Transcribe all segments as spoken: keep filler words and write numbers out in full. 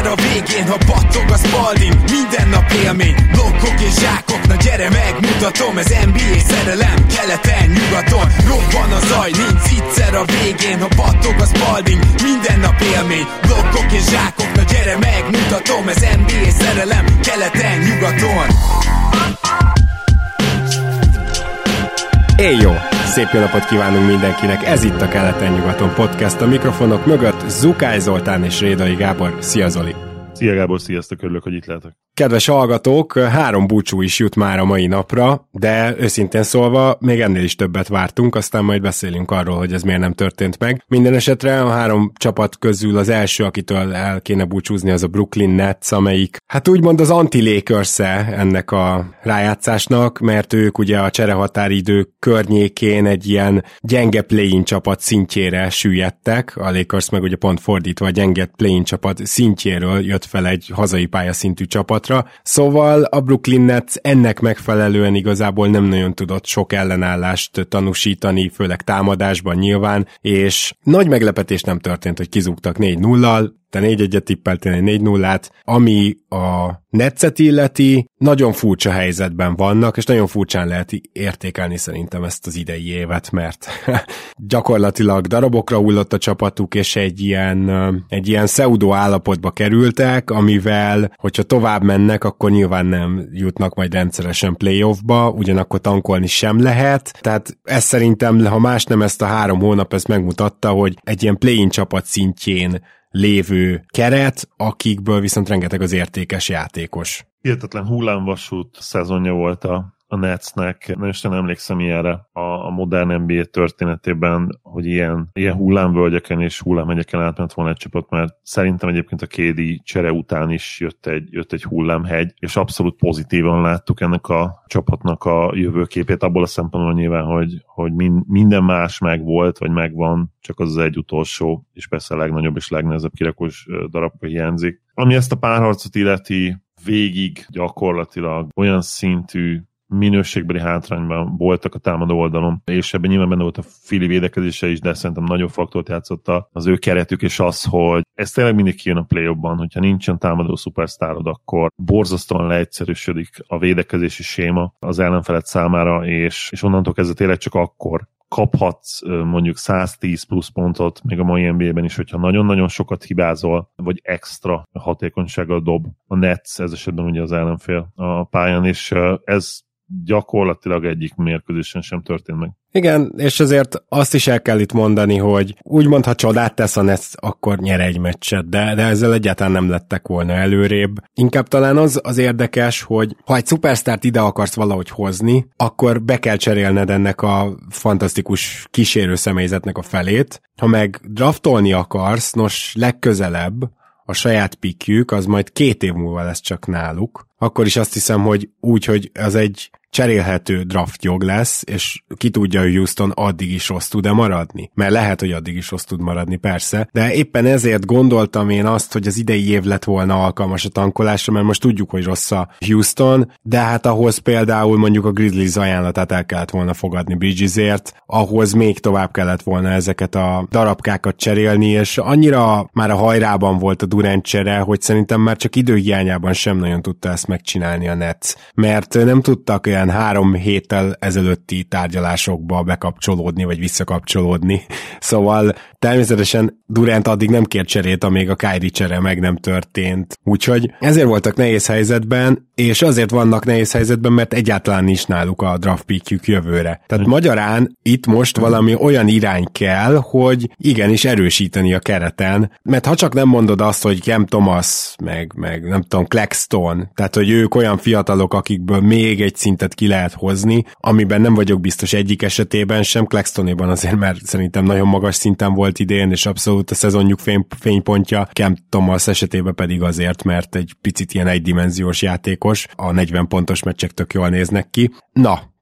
Egyszer a végén, ha battog a Spalding, minden nap élmény, blokkok és zsákok, na gyere megmutatom, ez en bé á szerelem, keleten, nyugaton, robban a zaj, nincs egyszer a végén, ha battog a Spalding, minden nap élmény, blokkok és zsákok, na gyere megmutatom, ez en bé á szerelem, keleten, nyugaton. Éj jó! Szép jó napot kívánunk mindenkinek! Ez itt a Keleten-nyugaton podcast, a mikrofonok mögött Zukály Zoltán és Rédai Gábor. Szia Zoli! Szia Gábor, sziasztok, örülök, hogy itt lehetek. Kedves hallgatók, három búcsú is jut már a mai napra, de őszintén szólva még ennél is többet vártunk, aztán majd beszélünk arról, hogy ez miért nem történt meg. Minden esetre a három csapat közül az első, akitől el kéne búcsúzni, az a Brooklyn Nets, amelyik hát úgymond az anti-Lakers-e ennek a rájátszásnak, mert ők ugye a cserehatáridő környékén egy ilyen gyenge play-in csapat szintjére süllyedtek, a Lakers meg ugye pont fordítva a gyenge play-in csapat szintjéről jött fel egy hazai pályaszintű csapatra. Szóval a Brooklyn Nets ennek megfelelően igazából nem nagyon tudott sok ellenállást tanúsítani, főleg támadásban nyilván, és nagy meglepetés nem történt, hogy kizúgtak négy nullal, te négy egyet tippeltél, egy négy nullát, ami a Netset illeti, nagyon furcsa helyzetben vannak, és nagyon furcsán lehet értékelni szerintem ezt az idei évet, mert gyakorlatilag darabokra hullott a csapatuk, és egy ilyen, egy ilyen pseudo állapotba kerültek, amivel, hogyha tovább mennek, akkor nyilván nem jutnak majd rendszeresen playoffba, ugyanakkor tankolni sem lehet, tehát ez szerintem, ha más nem, ezt a három hónap ezt megmutatta, hogy egy ilyen play-in csapat szintjén lévő keret, akikből viszont rengeteg az értékes játékos. Hihetetlen hullámvasút szezonja volt a, a Netsnek. Nem is nem emlékszem ilyenre a, a modern en bé á történetében, hogy ilyen, ilyen hullámvölgyeken és hullámhegyeken átment volna egy csapat, mert szerintem egyébként a ké dé csere után is jött egy, jött egy hullámhegy, és abszolút pozitívan láttuk ennek a csapatnak a jövőképét, abból a szempontból nyilván, hogy, hogy min, minden más megvolt, vagy megvan, csak az az egy utolsó, és persze a legnagyobb és legnehezebb kirakós darabka hiányzik. Ami ezt a párharcot illeti, végig gyakorlatilag olyan szintű minőségbeli hátrányban voltak a támadó oldalon, és ebben nyilván benne volt a Philly védekezése is, de szerintem nagyobb faktort játszott az ő keretük, és az, hogy ez tényleg mindig kijön a play-offban, hogyha nincsen támadó szupersztárod, akkor borzasztóan leegyszerűsödik a védekezési séma az ellenfelet számára, és, és onnantól kezdve tényleg csak akkor kaphatsz mondjuk száztíz plusz pontot, még a mai en bé á-ben is, hogyha nagyon-nagyon sokat hibázol, vagy extra hatékonysággal dob a Nets, ez esetben ugye az ellenfél a pályán, és ez gyakorlatilag egyik mérkőzésen sem történt meg. Igen, és azért azt is el kell itt mondani, hogy úgymond, ha csodát tesz a Nets, akkor nyer egy meccset, de, de ezzel egyáltalán nem lettek volna előrébb. Inkább talán az az érdekes, hogy ha egy szupersztárt ide akarsz valahogy hozni, akkor be kell cserélned ennek a fantasztikus kísérő személyzetnek a felét. Ha meg draftolni akarsz, nos, legközelebb a saját pickjük, az majd két év múlva lesz csak náluk. Akkor is azt hiszem, hogy úgy, hogy az egy cserélhető draftjog lesz, és ki tudja, hogy Houston addig is rossz tud-e maradni. Mert lehet, hogy addig is rossz tud maradni, persze. De éppen ezért gondoltam én azt, hogy az idei év lett volna alkalmas a tankolásra, mert most tudjuk, hogy rossz a Houston, de hát ahhoz például mondjuk a Grizzlies ajánlatát el kellett volna fogadni Bridgesért, ahhoz még tovább kellett volna ezeket a darabkákat cserélni, és annyira már a hajrában volt a Durant csere, hogy szerintem már csak időhiányában sem nagyon tudta ezt megcsinálni a Nets. Mert nem tudtak olyan három héttel ezelőtti tárgyalásokba bekapcsolódni, vagy visszakapcsolódni. Szóval természetesen Durant addig nem kért cserét, amíg a Kyrie csere meg nem történt. Úgyhogy ezért voltak nehéz helyzetben, és azért vannak nehéz helyzetben, mert egyáltalán nincs náluk a draft pickjük jövőre. Tehát magyarán itt most valami olyan irány kell, hogy igenis erősíteni a kereten, mert ha csak nem mondod azt, hogy Cam Thomas, meg, meg nem tudom, Claxton, tehát hogy ők olyan fiatalok, akikből még egy szintet ki lehet hozni, amiben nem vagyok biztos egyik esetében sem, Claxtonéban azért, mert szerintem nagyon magas szinten volt idén, és abszolút a szezonjuk fény, fénypontja, Cam Thomas esetében pedig azért, mert egy picit ilyen egydimenziós játékos, a negyven pontos meccsek tök jól néznek ki. Na,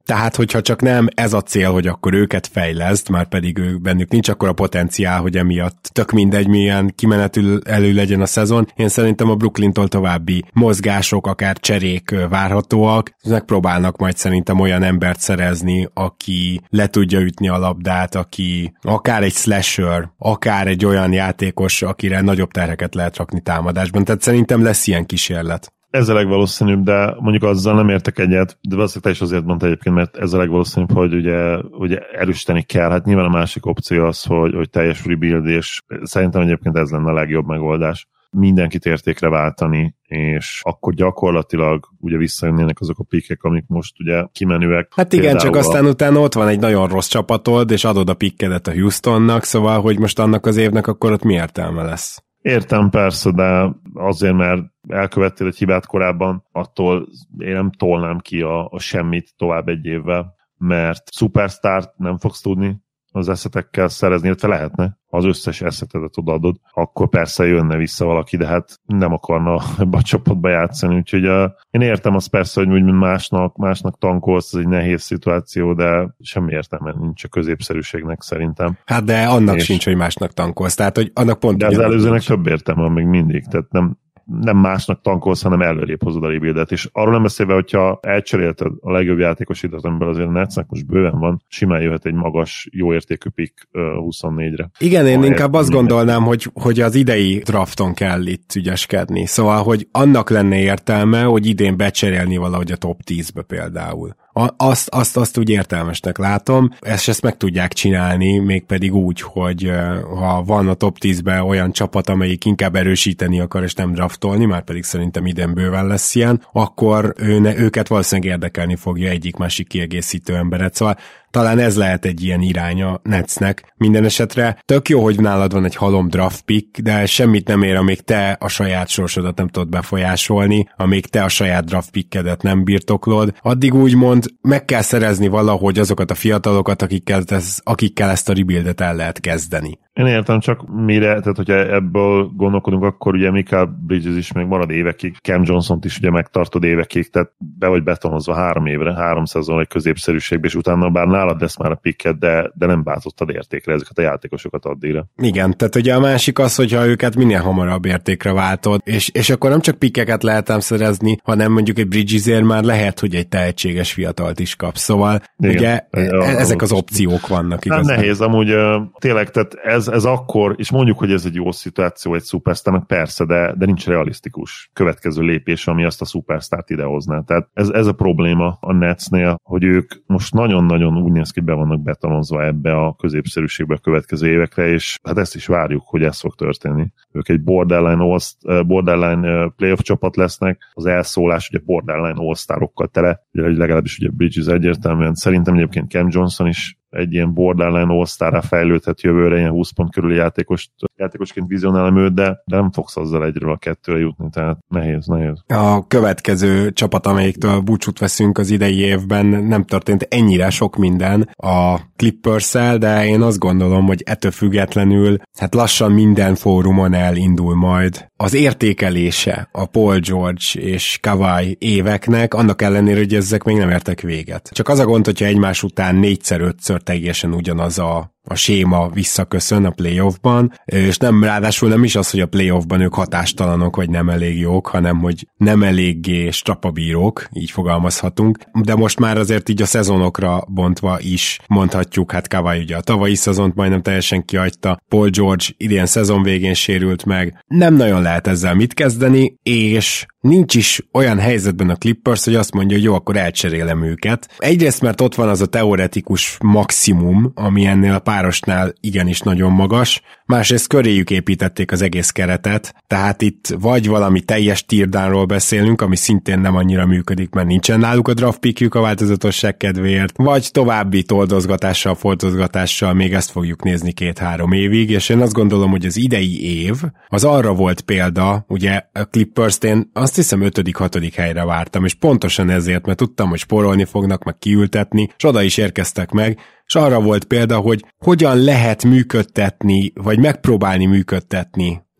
Tehát, hogyha csak nem ez a cél, hogy akkor őket fejleszd, már pedig ők bennük nincs akkor a potenciál, hogy emiatt tök mindegy, milyen kimenetül elő legyen a szezon. Én szerintem a Brooklyntól további mozgások, akár cserék várhatóak. Megpróbálnak majd szerintem olyan embert szerezni, aki le tudja ütni a labdát, aki akár egy slasher, akár egy olyan játékos, akire nagyobb terheket lehet rakni támadásban. Tehát szerintem lesz ilyen kísérlet. Ez a legvalószínűbb, de mondjuk azzal nem értek egyet, de valószínűleg te is azért mondta egyébként, mert ez a legvalószínűbb, hogy ugye, ugye erősíteni kell. Hát nyilván a másik opció az, hogy, hogy teljes rebuild, és szerintem egyébként ez lenne a legjobb megoldás. Mindenkit értékre váltani, és akkor gyakorlatilag ugye visszajönnének azok a pikkek, amik most ugye kimenőek. Hát igen, csak aztán utána ott van egy nagyon rossz csapatod, és adod a pikkedet a Houstonnak, szóval, hogy most annak az évnek akkor ott mi értelme lesz? Értem persze, de azért, mert elkövettél egy hibát korábban, attól én nem tolnám ki a, a semmit tovább egy évvel, mert szupersztárt nem fogsz tudni az eszetekkel szerezni, illetve lehetne, ha az összes eszetedet odaadod, akkor persze jönne vissza valaki, de hát nem akarna ebbe a csapatba játszani, úgyhogy uh, én értem azt persze, hogy úgy, mint másnak, másnak tankolsz, ez egy nehéz szituáció, de semmi értelme nincs a középszerűségnek szerintem. Hát de annak és... sincs, hogy másnak tankolsz, tehát hogy annak pont... De az előzőnek több értelme van még mindig, tehát nem nem másnak tankolsz, hanem előrébb hozod a rebuildet, és arról nem beszélve, hogyha elcserélted a legjobb játékosítat, amiből azért a Netsnek most bőven van, simán jöhet egy magas, jó értékű pick uh, huszonnégyre. Igen, én inkább azt gondolnám, hogy, hogy az idei drafton kell itt ügyeskedni, szóval, hogy annak lenne értelme, hogy idén becserélni valahogy a top tízbe például. Azt, azt, azt úgy értelmesnek látom, ezt, ezt meg tudják csinálni, mégpedig úgy, hogy ha van a top tízben olyan csapat, amelyik inkább erősíteni akar, és nem draftolni, már pedig szerintem idén bőven lesz ilyen, akkor ő ne, őket valószínűleg érdekelni fogja egyik-másik kiegészítő emberet, szóval talán ez lehet egy ilyen irány a Netsnek. Minden esetre tök jó, hogy nálad van egy halom draft pick, de semmit nem ér, amíg te a saját sorsodat nem tudod befolyásolni, amíg te a saját draft pickedet nem birtoklod. Addig úgymond meg kell szerezni valahogy azokat a fiatalokat, akikkel, ez, akikkel ezt a rebuildet el lehet kezdeni. Én értem, csak mire, tehát hogyha ebből gondolkodunk, akkor ugye Michael Bridges is még marad évekig, Cam Johnson-t is ugye megtartod évekig, tehát be vagy betonozva három évre, három szezon egy középszerűségbe, és utána bár nálad lesz már a picket, de, de nem váltottad értékre ezeket a játékosokat addigra. Igen, tehát ugye a másik az, hogyha őket minél hamarabb értékre váltod, és, és akkor nem csak pikkeket lehet ám szerezni, hanem mondjuk egy Bridgesért már lehet, hogy egy tehetséges fiatalt is kapsz. Szóval igen, ugye ja, ezek az opciók vannak igazán. Hát nehéz, amúgy tényleg, tehát ez, ez akkor, és mondjuk, hogy ez egy jó szituáció egy szupersztárnak, persze, de, de nincs realisztikus következő lépés, ami azt a szupersztárt idehozná. Tehát ez, ez a probléma a Netsnél, hogy ők most nagyon-nagyon úgy néz ki, be vannak betonozva ebbe a középszerűségbe a következő évekre, és hát ezt is várjuk, hogy ez fog történni. Ők egy borderline, all, borderline playoff csapat lesznek, az elszólás ugye borderline all-starokkal tele, legalábbis ugye Bridges egyértelműen, szerintem egyébként Cam Johnson is egy ilyen borderline all-starra fejlődhet jövőre, ilyen húsz pont körüli játékos, játékosként vizionálom őt, de nem fogsz azzal egyről a kettőre jutni, tehát nehéz, nehéz. A következő csapat, amelyiktől búcsút veszünk az idei évben, nem történt ennyire sok minden a Clippers-szel, de én azt gondolom, hogy ettől függetlenül hát lassan minden fórumon elindul majd az értékelése a Paul George és Kawhi éveknek, annak ellenére, hogy ezek még nem értek véget. Csak az a gond, hogyha egymás után négyszer-ötször teljesen ugyanaz a a séma visszaköszön a playoffban, és nem ráadásul nem is az, hogy a playoffban ők hatástalanok, vagy nem elég jók, hanem hogy nem eléggé strapabírók, így fogalmazhatunk, de most már azért így a szezonokra bontva is mondhatjuk, hát Kawhi ugye a tavalyi szezont majdnem teljesen kihagyta, Paul George idén szezon végén sérült meg, nem nagyon lehet ezzel mit kezdeni, és nincs is olyan helyzetben a Clippers, hogy azt mondja, hogy jó, akkor elcserélem őket. Egyrészt, mert ott van az a teoretikus maximum, ami ennél a párosnál igenis nagyon magas, másrészt köréjük építették az egész keretet, tehát itt vagy valami teljes teardownról beszélünk, ami szintén nem annyira működik, mert nincsen náluk a draft pickjük a változatosság kedvéért, vagy további toldozgatással, foltozgatással még ezt fogjuk nézni két-három évig, és én azt gondolom, hogy az idei év az arra volt példa, ugye a Clippers-t én azt hiszem ötödik-hatodik helyre vártam, és pontosan ezért, mert tudtam, hogy spórolni fognak, meg kiültetni, és oda is érkeztek meg, és arra volt példa, hogy hogyan lehet működtetni, vagy megpróbálni működtetni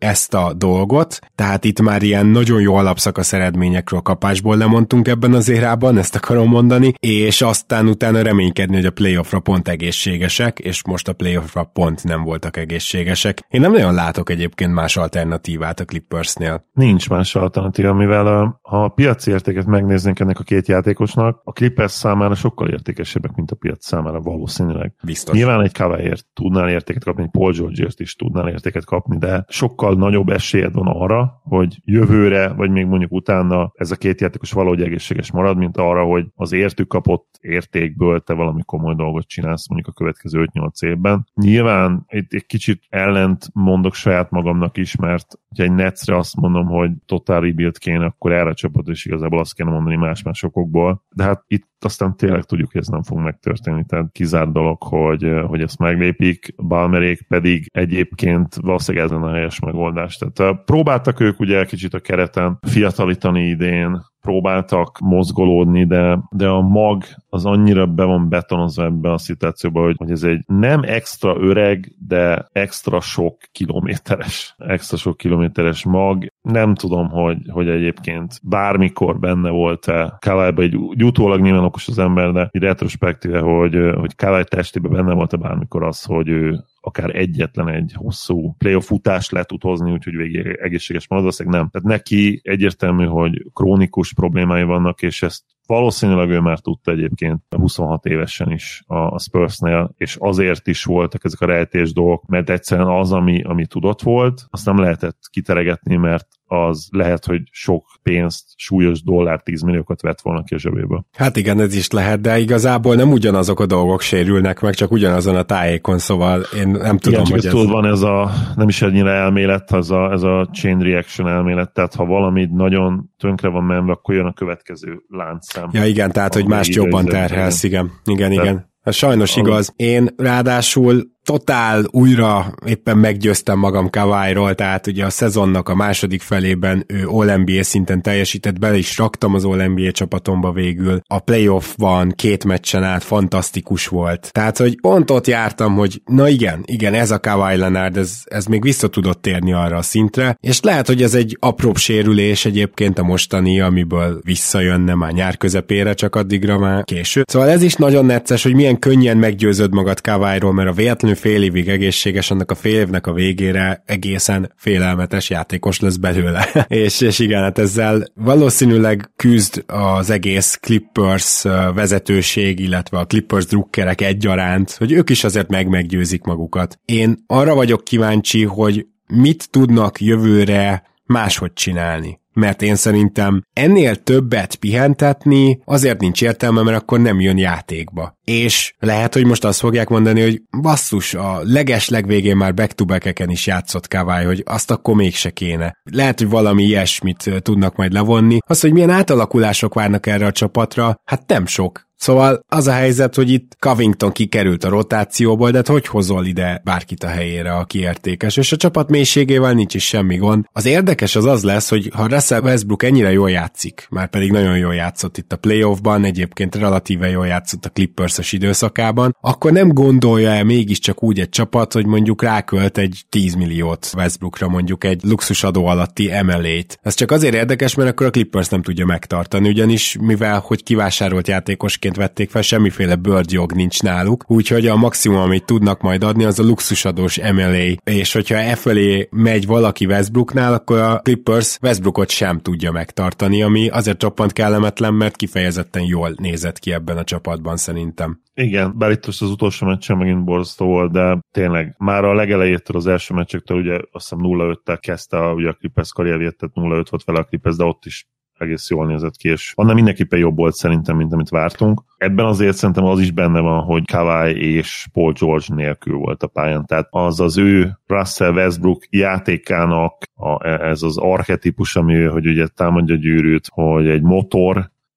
ezt a dolgot, tehát itt már ilyen nagyon jó alapszakasz eredményekről, kapásból lemondtunk ebben az érában, ezt akarom mondani, és aztán utána reménykedni, hogy a playoffra pont egészségesek, és most a playoffra pont nem voltak egészségesek. Én nem nagyon látok egyébként más alternatívát a Clippersnél. Nincs más alternatíva, mivel a, ha a piaci értéket megnéznénk ennek a két játékosnak, a Clippers számára sokkal értékesebbek, mint a piac számára valószínűleg. Biztos. Nyilván egy Kawhiért tudnál értéket kapni, egy Paul George-ért is tudnál értéket kapni, de sokkal nagyobb esélyed van arra, hogy jövőre, vagy még mondjuk utána ez a két játékos valahogy egészséges marad, mint arra, hogy az értük kapott értékből te valami komoly dolgot csinálsz mondjuk a következő öt-nyolc évben. Nyilván itt egy kicsit ellent mondok saját magamnak is, mert ha egy Netsre azt mondom, hogy total rebuild kéne, akkor erre a csapat is igazából azt kéne mondani más-más okokból. De hát itt aztán tényleg tudjuk, hogy ez nem fog megtörténni, tehát kizárt dolog, hogy, hogy ezt meglépik, Ballmerék pedig egyébként valószínűleg ez lenne a helyes megoldás. Tehát próbáltak ők ugye kicsit a kereten fiatalítani idén, próbáltak mozgolódni, de, de a mag az annyira be van betonozva ebbe a szituációba, hogy, hogy ez egy nem extra öreg, de extra sok kilométeres, extra sok kilométeres mag. Nem tudom, hogy, hogy egyébként bármikor benne volt-e Kawhiba, egy utólag nyilván okos az ember, de egy retrospektíve, hogy, hogy Kawhi testében benne volt-e bármikor az, hogy ő akár egyetlen egy hosszú playoff futást le tud hozni, úgyhogy végig egészséges marad, valószínűleg nem. Tehát neki egyértelmű, hogy krónikus problémái vannak, és ezt valószínűleg ő már tudta egyébként huszonhat évesen is a Spursnél, és azért is voltak ezek a rejtés dolgok, mert egyszerűen az, ami, ami tudott volt, azt nem lehetett kiteregetni, mert az lehet, hogy sok pénzt, súlyos dollár, tízmilliókat vett volna ki a zsebébe. Hát igen, ez is lehet, de igazából nem ugyanazok a dolgok sérülnek meg, csak ugyanazon a tájékon, szóval én nem tudom, igen, hogy ez... tudod, van ez a, nem is ennyire elmélet, ez a, ez a chain reaction elmélet, tehát ha valami nagyon tönkre van menve, akkor jön a következő láncszem. Ja igen, tehát, hogy mást jobban terhelsz, igen. Igen, tehát, igen. Ez sajnos igaz. Én ráadásul totál újra éppen meggyőztem magam Kawhiról, tehát ugye a szezonnak a második felében ő All-en bé á szinten teljesített, bele is raktam az All-en bé á csapatomba végül. A playoffban két meccsen át fantasztikus volt. Tehát, hogy pont ott jártam, hogy na igen, igen, ez a Kawhi Leonard, ez, ez még vissza tudott térni arra a szintre, és lehet, hogy ez egy apróbb sérülés egyébként a mostani, amiből visszajönne már nyár közepére, csak addigra már késő. Szóval ez is nagyon necces, hogy milyen könnyen meggyőzöd magad Kawhiról, mert a véletlenül fél évig egészséges, annak a fél évnek a végére egészen félelmetes játékos lesz belőle. és, és igen, hát ezzel valószínűleg küzd az egész Clippers vezetőség, illetve a Clippers drukkerek egyaránt, hogy ők is azért meg-meggyőzik magukat. Én arra vagyok kíváncsi, hogy mit tudnak jövőre máshogy csinálni. Mert én szerintem ennél többet pihentetni azért nincs értelme, mert akkor nem jön játékba. És lehet, hogy most azt fogják mondani, hogy basszus, a leges legvégén már back-to-back-eken is játszott Kawhi, hogy azt akkor mégse kéne. Lehet, hogy valami ilyesmit tudnak majd levonni. Az, hogy milyen átalakulások várnak erre a csapatra, hát nem sok. Szóval az a helyzet, hogy itt Covington kikerült a rotációból, de hát hogy hozol ide bárkit a helyére, aki értékes, és a csapat mélységével nincs is semmi gond. Az érdekes az az lesz, hogy ha Russell Westbrook ennyire jól játszik, már pedig nagyon jól játszott itt a playoffban, egyébként relatíve jól játszott a Clippers-es időszakában, akkor nem gondolja-e mégiscsak úgy egy csapat, hogy mondjuk rákölt egy tíz milliót Westbrookra, mondjuk egy luxusadó alatti em el á-t. Ez csak azért érdekes, mert akkor a Clippers nem tudja megtartani, ugyanis mivel hogy kivásárolt játékosként vették fel, semmiféle bird jog nincs náluk, úgyhogy a maximum, amit tudnak majd adni, az a luxusadós em el á, és hogyha e felé megy valaki Westbrooknál, akkor a Clippers Westbrookot sem tudja megtartani, ami azért csappant kellemetlen, mert kifejezetten jól nézett ki ebben a csapatban szerintem. Igen, bár itt most az utolsó meccsen megint borzasztó volt, de tényleg már a legelejétől az első meccsektől ugye azt hiszem nulla öttel kezdte a, ugye a Clippers karrierjét, tehát nulla öt volt vele a Clippers, de ott is egész jól nézett ki, és annál mindenképpen jobb volt szerintem, mint amit vártunk. Ebben azért szerintem az is benne van, hogy Kawhi és Paul George nélkül volt a pályán, tehát az az ő Russell Westbrook játékának a, ez az archetípus, ami hogy ugye támadja a gyűrűt, hogy egy motor,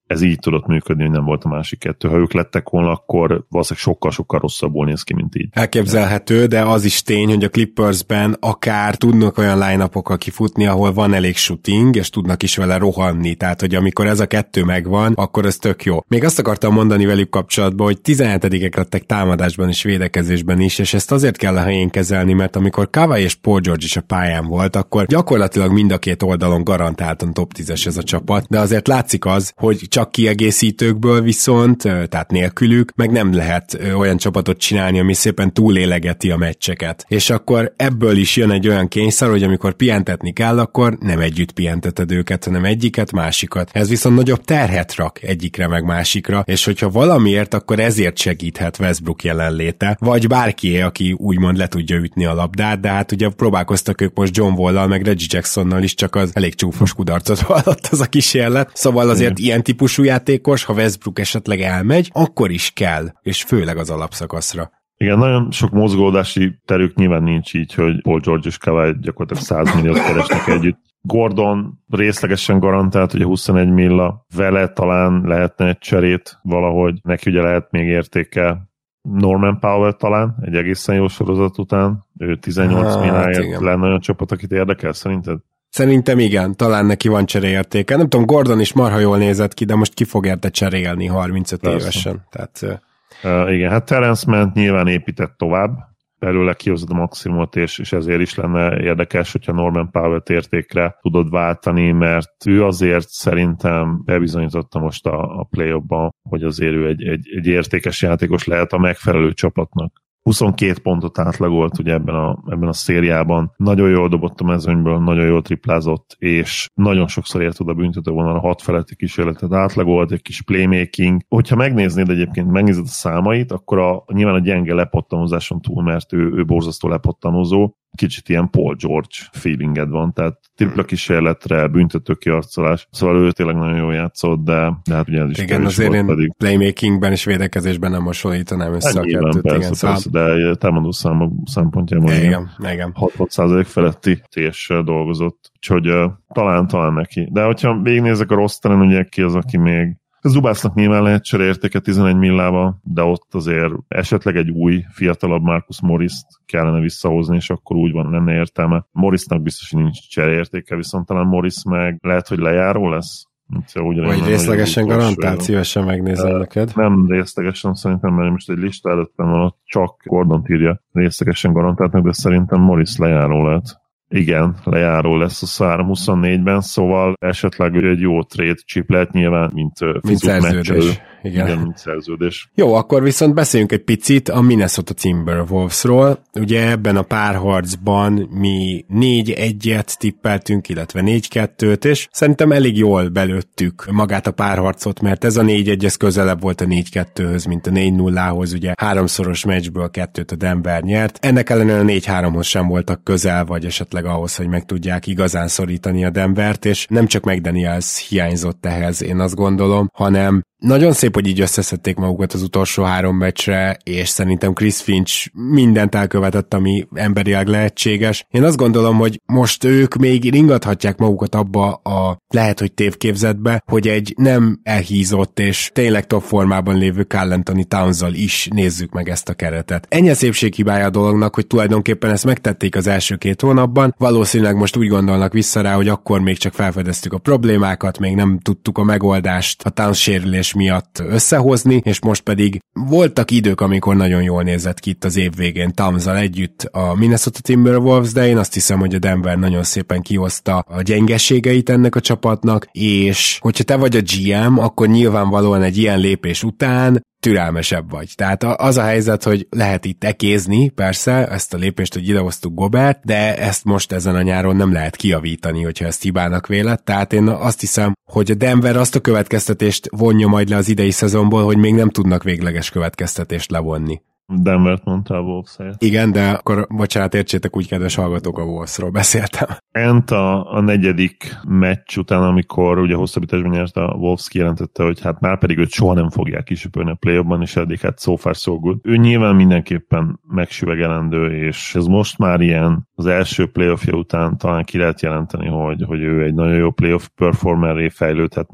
ez így tudott működni, hogy nem volt a másik kettő. Ha ők lettek volna, akkor valószínűleg sokkal-sokkal rosszabbul néz ki, mint így. Elképzelhető, de az is tény, hogy a Clippersben akár tudnak olyan line-upokkal kifutni, ahol van elég shooting, és tudnak is vele rohanni. Tehát, hogy amikor ez a kettő megvan, akkor ez tök jó. Még azt akartam mondani velük kapcsolatban, hogy tizenhetedikek lettek támadásban és védekezésben is, és ezt azért kell a helyén kezelni, mert amikor Kawhi és Paul George is a pályán volt, akkor gyakorlatilag mind a két oldalon garantáltan top tízes ez a csapat, de azért látszik az, hogy csak kiegészítőkből viszont, tehát nélkülük, meg nem lehet olyan csapatot csinálni, ami szépen túlélegeti a meccseket. És akkor ebből is jön egy olyan kényszer, hogy amikor pihentetni kell, akkor nem együtt pihenteted őket, hanem egyiket, másikat. Ez viszont nagyobb terhet rak egyikre meg másikra, és hogyha valamiért, akkor ezért segíthet Westbrook jelenléte, vagy bárki, aki úgymond le tudja ütni a labdát, de hát ugye próbálkoztak ők most John Wall-lal, meg Reggie Jacksonnal is, csak az elég csúfos kudarcot vallott az a kísérlet. Szóval azért ilyen típusú játékos, ha Westbrook esetleg elmegy, akkor is kell, és főleg az alapszakaszra. Igen, nagyon sok mozgódási terük nyilván nincs így, hogy Paul George és Kawhi gyakorlatilag száz milliót keresnek együtt. Gordon részlegesen garantált, hogy a huszonegy milla, vele talán lehetne egy cserét valahogy, neki ugye lehet még értéke. Norman Powell talán, egy egészen jó sorozat után, ő tizennyolc milláért lenne olyan csapat, akit érdekel, szerinted? Szerintem igen, talán neki van cseréértéke. Nem tudom, Gordon is marha jól nézett ki, de most ki fog érte cserélni harmincöt Persze. évesen. Tehát, uh, igen, hát Terence Mann nyilván épített tovább, belőle kihozod a maximumot, és, és ezért is lenne érdekes, hogyha Norman Powell-t értékre tudod váltani, mert ő azért szerintem bebizonyította most a, a play-offban, hogy azért ő egy, egy, egy értékes játékos lehet a megfelelő csapatnak. huszonkét pontot átlagolt ugye ebben a, ebben a szériában. Nagyon jól dobott a mezőnyből, nagyon jól triplázott, és nagyon sokszor ért oda büntető vonalra hat feletti kísérletet átlagolt, egy kis playmaking. Hogyha megnéznéd egyébként, megnézed a számait, akkor a, nyilván a gyenge lepottanózáson túl, mert ő, ő borzasztó lepottanozó, kicsit ilyen Paul George feelinged van, tehát tripla kísérletre, büntető kiarcolás, szóval ő tényleg nagyon jól játszott, de, de hát ugye ez is igen, azért én pedig. Playmakingben és védekezésben nem hasonlítanám össze a kettőt. Persze, igen, persze, de támadó számok szempontjából igen, igen. hatvan százalék feletti és dolgozott, úgyhogy uh, talán, talán neki. De hogyha végignézek a rosteren, ugye ki az, aki még Zubacnak nyilván lehet cseréértéke tizenegy millával, de ott azért esetleg egy új, fiatalabb Marcus Morris-t kellene visszahozni, és akkor úgy van, lenne értelme. Morrisnak biztos, hogy nincs cseréértéke, viszont talán Morris meg lehet, hogy lejáró lesz. Vagy részlegesen garantált, szívesen megnézem uh, neked. Nem részlegesen, szerintem, mert most egy lista előttem van, ott csak Gordon írja részlegesen garantáltnak, de szerintem Morris lejáró lehet. Igen, lejáró lesz a Száram huszonnégyben, szóval esetleg egy jó trade chip lehet nyilván, mint, mint szerződés. Igen. Igen, mint szerződés. Jó, akkor viszont beszéljünk egy picit a Minnesota Timberwolvesról. Ugye ebben a párharcban mi négy egyet tippeltünk, illetve négy kettőt, és szerintem elég jól belőttük magát a párharcot, mert ez a négy egy, ez közelebb volt a négy kettőhöz, mint a négy nullához, ugye háromszoros meccsből kettőt a Denver nyert. Ennek ellenére a négy háromhoz sem voltak közel, vagy esetleg ahhoz, hogy meg tudják igazán szorítani a Denvert, és nem csak McDaniels hiányzott ehhez, én azt gondolom, hanem nagyon szép, hogy így összeszedték magukat az utolsó három meccsre, és szerintem Chris Finch mindent elkövetett, ami emberileg lehetséges. Én azt gondolom, hogy most ők még ringathatják magukat abba a lehet, hogy tévképzetbe, hogy egy nem elhízott és tényleg top formában lévő Karl Anthony Towns-zal is nézzük meg ezt a keretet. Ennyi a szépséghibája a dolognak, hogy tulajdonképpen ezt megtették az első két hónapban, valószínűleg most úgy gondolnak vissza rá, hogy akkor még csak felfedeztük a problémákat, még nem tudtuk a megoldást a Towns sérülés miatt összehozni, és most pedig voltak idők, amikor nagyon jól nézett ki itt az év végén Towns-zal együtt a Minnesota Timberwolves, de én azt hiszem, hogy a Denver nagyon szépen kihozta a gyengeségeit ennek a csapatnak, és hogyha te vagy a gé em, akkor nyilvánvalóan egy ilyen lépés után türelmesebb vagy. Tehát az a helyzet, hogy lehet itt ekézni, persze, ezt a lépést, hogy idehoztuk Gobert, de ezt most ezen a nyáron nem lehet kijavítani, hogyha ezt hibának véled. Tehát én azt hiszem, hogy a Denver azt a következtetést vonja majd le az idei szezonból, hogy még nem tudnak végleges következtetést levonni. Denvert mondtál Wolves helyett. Igen, de akkor, bocsánat, értsétek úgy, kedves hallgatók, a Wolvesról beszéltem. Ent a, a negyedik meccs után, amikor ugye hosszabbításban nyert a Wolves, kijelentette, hogy hát már pedig őt soha nem fogják kisüpölni a play-offban, és eddig hát so far so good. Ő nyilván mindenképpen megsüvegelendő, és ez most már ilyen az első playoffja után talán ki lehet jelenteni, hogy, hogy ő egy nagyon jó playoff performerré fejlődhet majd.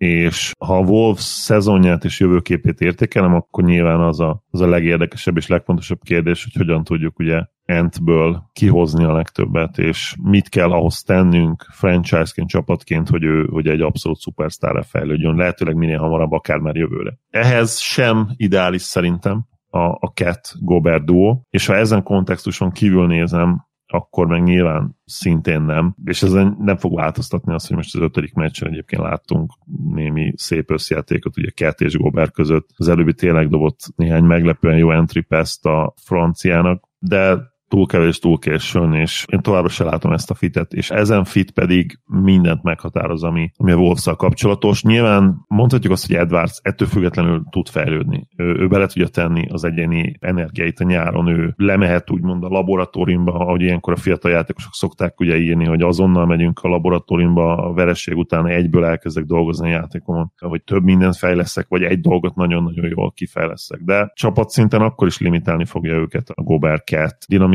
és ha a Wolves szezonját és jövőképét értékelem, akkor nyilván az a, az a legérdekesebb és legfontosabb kérdés, hogy hogyan tudjuk ugye Antből kihozni a legtöbbet, és mit kell ahhoz tennünk franchise-ként, csapatként, hogy ő hogy egy abszolút szupersztárra fejlődjön, lehetőleg minél hamarabb, akár már jövőre. Ehhez sem ideális szerintem a, a Cat Gobert duó, és ha ezen kontextuson kívül nézem, akkor meg nyilván szintén nem, és ezen nem fog változtatni azt, hogy most az ötödik meccsen egyébként láttunk némi szép összjátékot, ugye Cat és Gobert között. Az előbbi tényleg dobott néhány meglepően jó entry pass-t a franciának, de túl kevés, túl későn, és én továbbra se látom ezt a fitet, és ezen fit pedig mindent meghatároz, ami, ami a Wolves-szal kapcsolatos. Nyilván mondhatjuk azt, hogy Edwards ettől függetlenül tud fejlődni. Ő, ő bele tudja tenni az egyéni energiáit a nyáron, ő lemehet úgymond a laboratóriumba, ahogy ilyenkor a fiatal játékosok szokták ugye írni, hogy azonnal megyünk a laboratóriumba, a vereség után egyből elkezdek dolgozni a játékomon, hogy több mindent fejleszek, vagy egy dolgot nagyon-nagyon jól kifejleszek. De csapatszinten akkor is limitálni fogja őket a Gobert Cat dinamika,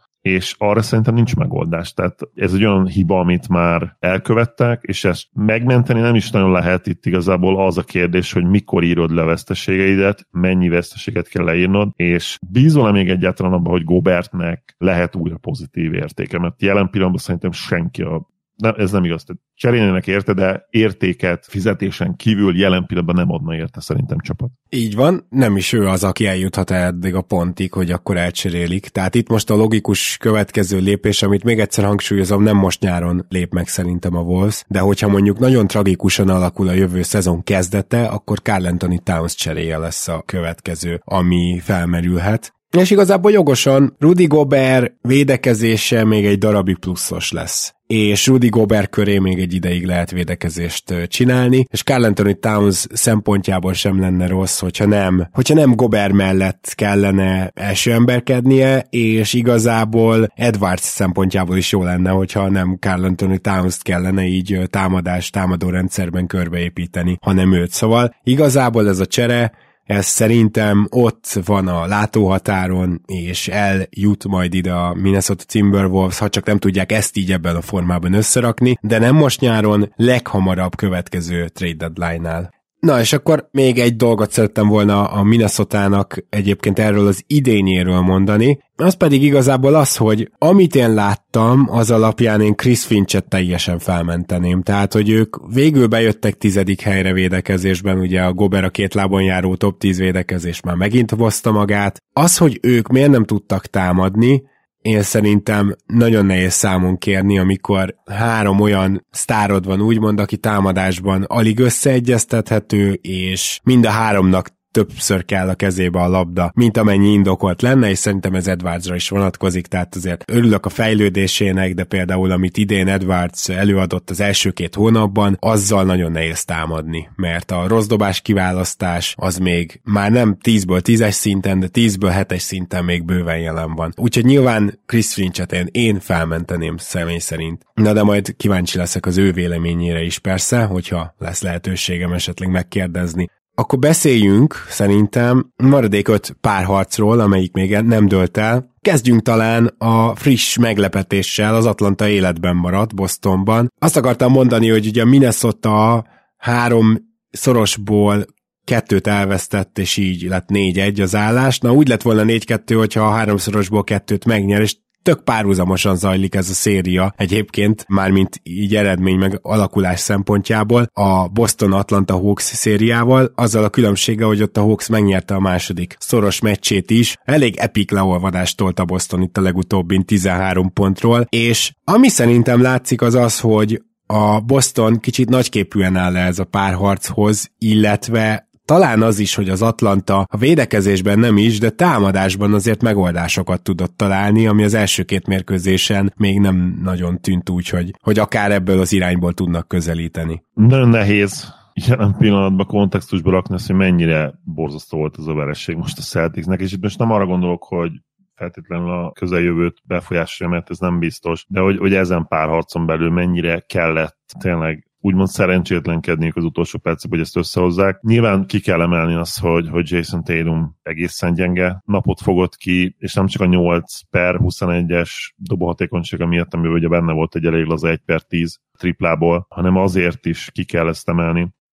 és arra szerintem nincs megoldás. Tehát ez egy olyan hiba, amit már elkövettek, és ezt megmenteni nem is nagyon lehet. Itt igazából az a kérdés, hogy mikor írod le a veszteségeidet, mennyi veszteséget kell leírnod, és bízol-e még egyáltalán abban, hogy Gobertnek lehet újra pozitív értéke, mert jelen pillanatban szerintem senki a Nem, ez nem igaz, tehát cserélnének érte, de értéket fizetésen kívül jelen pillanatban nem adna érte szerintem csapat. Így van, nem is ő az, aki eljuthat eddig a pontig, hogy akkor elcserélik. Tehát itt most a logikus következő lépés, amit még egyszer hangsúlyozom, nem most nyáron lép meg szerintem a Wolves, de hogyha mondjuk nagyon tragikusan alakul a jövő szezon kezdete, akkor Karl Anthony Towns cseréje lesz a következő, ami felmerülhet. És igazából jogosan Rudy Gobert védekezése még egy darabig pluszos lesz. És Rudy Gobert köré még egy ideig lehet védekezést csinálni, és Karl Anthony Towns szempontjából sem lenne rossz, hogyha nem, hogyha nem Gobert mellett kellene első emberkednie, és igazából Edwards szempontjából is jó lenne, hogyha nem Karl Anthony Towns-t kellene így támadás, támadó rendszerben körbeépíteni, hanem őt. Szóval igazából ez a csere, ez szerintem ott van a látóhatáron, és eljut majd ide a Minnesota Timberwolves, ha csak nem tudják ezt így ebben a formában összerakni, de nem most nyáron, leghamarabb következő trade deadline-nál. Na és akkor még egy dolgot szerettem volna a Minnesotának egyébként erről az idényéről mondani, az pedig igazából az, hogy amit én láttam, az alapján én Chris Finch-et teljesen felmenteném. Tehát, hogy ők végül bejöttek tizedik helyre védekezésben, ugye a Gobert a két lábon járó top tíz védekezés már megint hozta magát. Az, hogy ők miért nem tudtak támadni, én szerintem nagyon nehéz számon kérni, amikor három olyan sztárod van úgymond, aki támadásban alig összeegyeztethető, és mind a háromnak többször kell a kezébe a labda, mint amennyi indokolt lenne, és szerintem ez Edwardsra is vonatkozik, tehát azért örülök a fejlődésének, de például amit idén Edwards előadott az első két hónapban, azzal nagyon nehéz támadni, mert a rossz dobás kiválasztás az még már nem tízből tízes szinten, de tízből hetes szinten még bőven jelen van. Úgyhogy nyilván Chris Finch-et én, én felmenteném személy szerint. Na de majd kíváncsi leszek az ő véleményére is persze, hogyha lesz lehetőségem esetleg megkérdezni. Akkor beszéljünk szerintem maradék öt párharcról, amelyik még nem dőlt el. Kezdjünk talán a friss meglepetéssel, az Atlanta életben maradt Bostonban. Azt akartam mondani, hogy ugye a Minnesota három szorosból kettőt elvesztett, és így lett négy egy az állás. Na úgy lett volna négy kettő, hogyha a háromszorosból kettőt megnyer, és tök párhuzamosan zajlik ez a széria egyébként, mármint így eredmény meg alakulás szempontjából a Boston-Atlanta Hawks szériával, azzal a különbséggel, hogy ott a Hawks megnyerte a második szoros meccsét is. Elég epic leolvadást tolt a Boston itt a legutóbbin tizenhárom pontról, és ami szerintem látszik az az, hogy a Boston kicsit nagyképűen áll le ez a párharchoz, illetve talán az is, hogy az Atlanta a védekezésben nem is, de támadásban azért megoldásokat tudott találni, ami az első két mérkőzésen még nem nagyon tűnt úgy, hogy, hogy akár ebből az irányból tudnak közelíteni. Nagyon nehéz jelen pillanatban kontextusba rakni azt, hogy mennyire borzasztó volt az a vereség most a Celticsnek, és itt most nem arra gondolok, hogy feltétlenül a közeljövőt befolyásolja, mert ez nem biztos, de hogy, hogy ezen párharcon belül mennyire kellett tényleg úgymond szerencsétlenkedniük az utolsó percben, hogy ezt összehozzák. Nyilván ki kell emelni azt, hogy, hogy Jason Tatum egészen gyenge napot fogott ki, és nem csak a nyolc per huszonegyes dobóhatékonysága miatt, amiben ugye benne volt egy elég laza egy per tíz triplából, hanem azért is ki kell ezt emelni,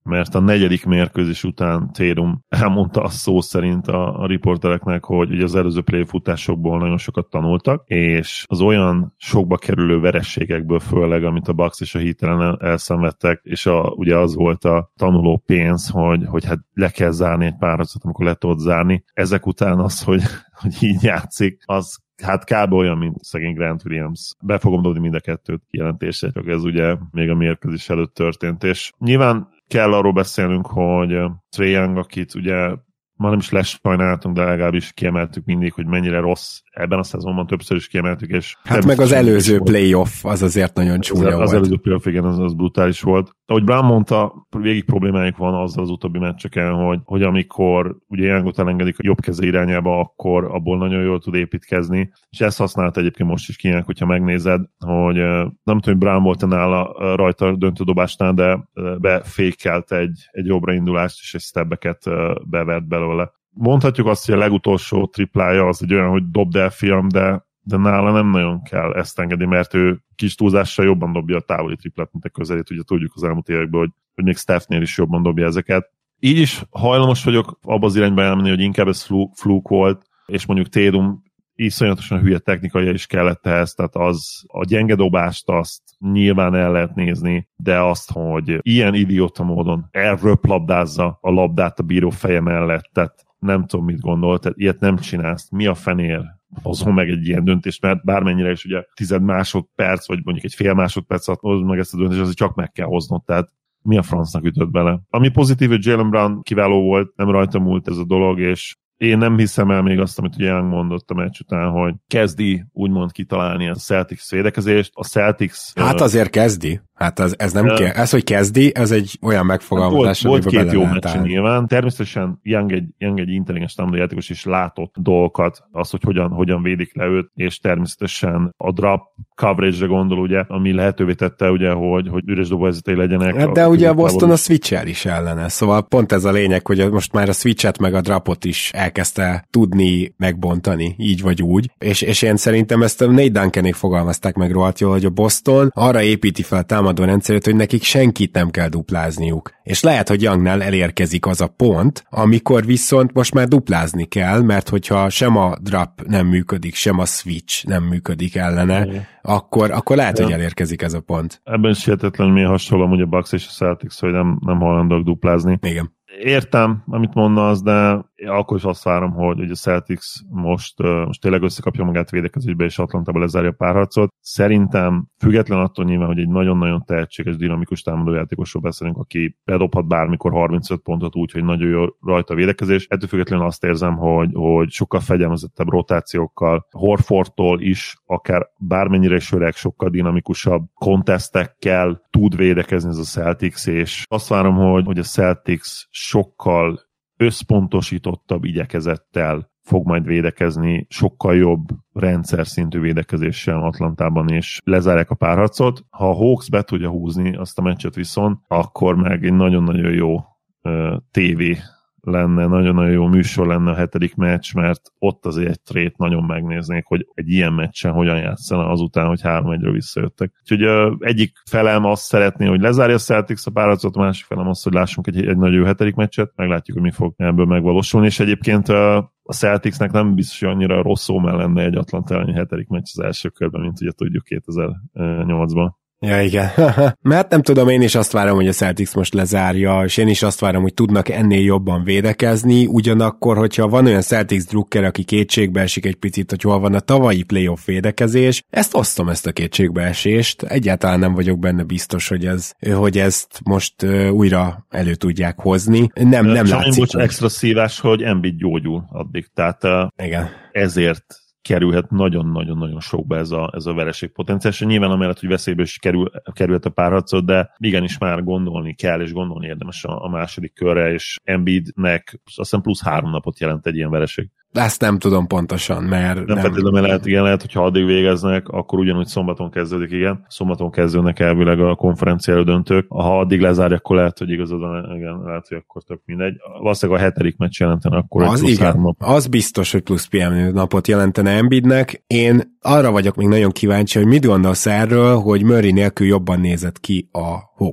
mert a negyedik mérkőzés után Tatum elmondta azt szó szerint a, a riportereknek, hogy ugye az előző playoff futásokból nagyon sokat tanultak, és az olyan sokba kerülő verességekből főleg, amit a Bucks és a Heat ellen elszenvedtek, és a, ugye az volt a tanuló pénz, hogy, hogy hát le kell zárni egy párharcot, amikor le tudod zárni. Ezek után az, hogy, hogy így játszik, az hát kb. Olyan, mint szegény Grant Williams. Be fogom dobni mind a kettőt kijelentésre, csak ez ugye még a mérkőzés előtt történt, és nyilván kell arról beszélnünk, hogy Trae Young, akit ugye már nem is lesajnáltunk, de legalábbis kiemeltük mindig, hogy mennyire rossz. Ebben a szezonban többször is kiemeltük, és... Hát meg az előző playoff, az azért nagyon csúnya az, volt. Az előző playoff, igen, az, az brutális volt. Ahogy Brown mondta, végig problémájuk van azzal az utóbbi meccseken, hogy, hogy amikor ugye Youngot elengedik a jobb keze irányába, akkor abból nagyon jól tud építkezni, és ezt használta egyébként most is Kínák, hogyha megnézed, hogy nem tudom, hogy Brown volt nála rajta döntődobásnál, de befékelt egy, egy jobbra indulást, és egy stebbeket bevert belőle. Mondhatjuk azt, hogy a legutolsó triplája az egy olyan, hogy dobd el, fiam, de, de nála nem nagyon kell ezt engedni, mert ő kis túlzással jobban dobja a távoli triplát, mint a közelét. Ugye tudjuk az elmúlt években, hogy, hogy még Stephnél is jobban dobja ezeket. Így is hajlamos vagyok abba az irányba elmenni, hogy inkább ez fluk volt, és mondjuk Tatum iszonyatosan hülye technikai is kellett ehhez, tehát az a gyenge dobást azt nyilván el lehet nézni, de azt, hogy ilyen idióta módon elröplabdázza a labdát a bíró feje mellett, tehát nem tudom, mit gondol, tehát ilyet nem csinálsz. Mi a fenér hozom meg egy ilyen döntést, mert bármennyire is ugye tized másodperc, vagy mondjuk egy fél másodperc alatt hozod meg ezt a döntést, azért csak meg kell hoznod, tehát mi a francnak ütött bele. Ami pozitív, hogy Jaylen Brown kiváló volt, nem rajta múlt ez a dolog, és én nem hiszem el még azt, amit ugye Young mondott a meccs után, hogy kezdi úgymond kitalálni a Celtics védekezést. A Celtics... Hát azért kezdi. Hát ez, ez nem kell. Ez, hogy kezdi, ez egy olyan megfogalmazás, volt, volt két jó meccs nyilván. Természetesen Young egy, Young egy intelligens támadójátékos is látott dolgokat, az, hogy hogyan, hogyan védik le őt, és természetesen a drop coverage-re gondol, ugye, ami lehetővé tette, ugye, hogy, hogy üres dobóhelyzetei legyenek. Hát de a, ugye a Boston a switch-el is ellene, szóval pont ez a lényeg, hogy most már a switchet meg a dropot is elkezdte tudni megbontani, így vagy úgy, és, és én szerintem ezt a Nate Duncanék fogalmazták meg rohadt jól, hogy a Boston arra építi fel a támadó rendszerét, hogy nekik senkit nem kell duplázniuk. És lehet, hogy Youngnál elérkezik az a pont, amikor viszont most már duplázni kell, mert hogyha sem a drop nem működik, sem a switch nem működik ellene, mm. akkor, akkor lehet, ja. hogy elérkezik ez a pont. Ebben is hihetetlen milyen hasonló, hogy a Bucks és a Celtics, hogy nem, nem hajlandók duplázni. Igen. Értem, amit mondasz, de akkor is azt várom, hogy, hogy a Celtics most, uh, most tényleg összekapja magát védekezésbe, és Atlantában lezárja a párharcot. Szerintem független attól nyilván, hogy egy nagyon-nagyon tehetséges, dinamikus támadójátékosról beszélünk, aki bedobhat bármikor harmincöt pontot úgy, hogy nagyon jó rajta a védekezés. Ettől függetlenül azt érzem, hogy, hogy sokkal fegyelmezettebb rotációkkal, Horfordtól is, akár bármennyire is öreg, sokkal dinamikusabb kontesztekkel tud védekezni ez a Celtics, és azt várom, hogy, hogy a Celtics sokkal összpontosítottabb igyekezettel fog majd védekezni, sokkal jobb rendszer szintű védekezéssel Atlantában, és lezárják a párharcot. Ha a Hawks be tudja húzni azt a meccset viszont, akkor meg egy nagyon-nagyon jó uh, tévé lenne, nagyon-nagyon jó műsor lenne a hetedik meccs, mert ott azért egy trét nagyon megnéznék, hogy egy ilyen meccsen hogyan játszana azután, hogy három egyről visszajöttek. Úgyhogy uh, egyik felem azt szeretné, hogy lezárja a Celtics a párharcot, a másik felem azt, hogy lássunk egy, egy nagyon jó hetedik meccset, meglátjuk, hogy mi fog ebből megvalósulni, és egyébként uh, a Celticsnek nem biztos, hogy annyira rossz ómen lenne egy Atlanta elleni hetedik meccs az első körben, mint ugye tudjuk kétezer-nyolcban. Ja, igen. Mert nem tudom, én is azt várom, hogy a Celtics most lezárja, és én is azt várom, hogy tudnak ennél jobban védekezni, ugyanakkor, hogyha van olyan Celtics drukker, aki kétségbe esik egy picit, hogy hol van a tavalyi playoff védekezés, ezt osztom, ezt a kétségbeesést, egyáltalán nem vagyok benne biztos, hogy, ez, hogy ezt most uh, újra elő tudják hozni. Nem, nem látszik. Bocs, extra szívás, hogy Embiid gyógyul addig, tehát uh, igen. ezért kerülhet nagyon-nagyon-nagyon sokba ez a, ez a vereség potenciális. Nyilván amellett, hogy veszélybe is kerül, kerülhet a párharcot, de igenis már gondolni kell, és gondolni érdemes a, a második körre, és Embiidnek azt hiszem plusz három napot jelent egy ilyen vereség. Ezt nem tudom pontosan, mert... Nem, nem... feltétlenül lehet, igen, lehet, hogyha addig végeznek, akkor ugyanúgy szombaton kezdődik, igen. Szombaton kezdődnek elvileg a konferencia elődöntők. Ha addig lezárja, akkor lehet, hogy igazad, igen, lehet, hogy akkor tök mindegy. Valószínűleg a hetedik meccs jelentene, akkor az plusz igen, nap. Az biztos, hogy plusz pé em napot jelentene Embiidnek. Én arra vagyok még nagyon kíváncsi, hogy mit gondolsz erről, hogy Murray nélkül jobban nézett ki a Hawks.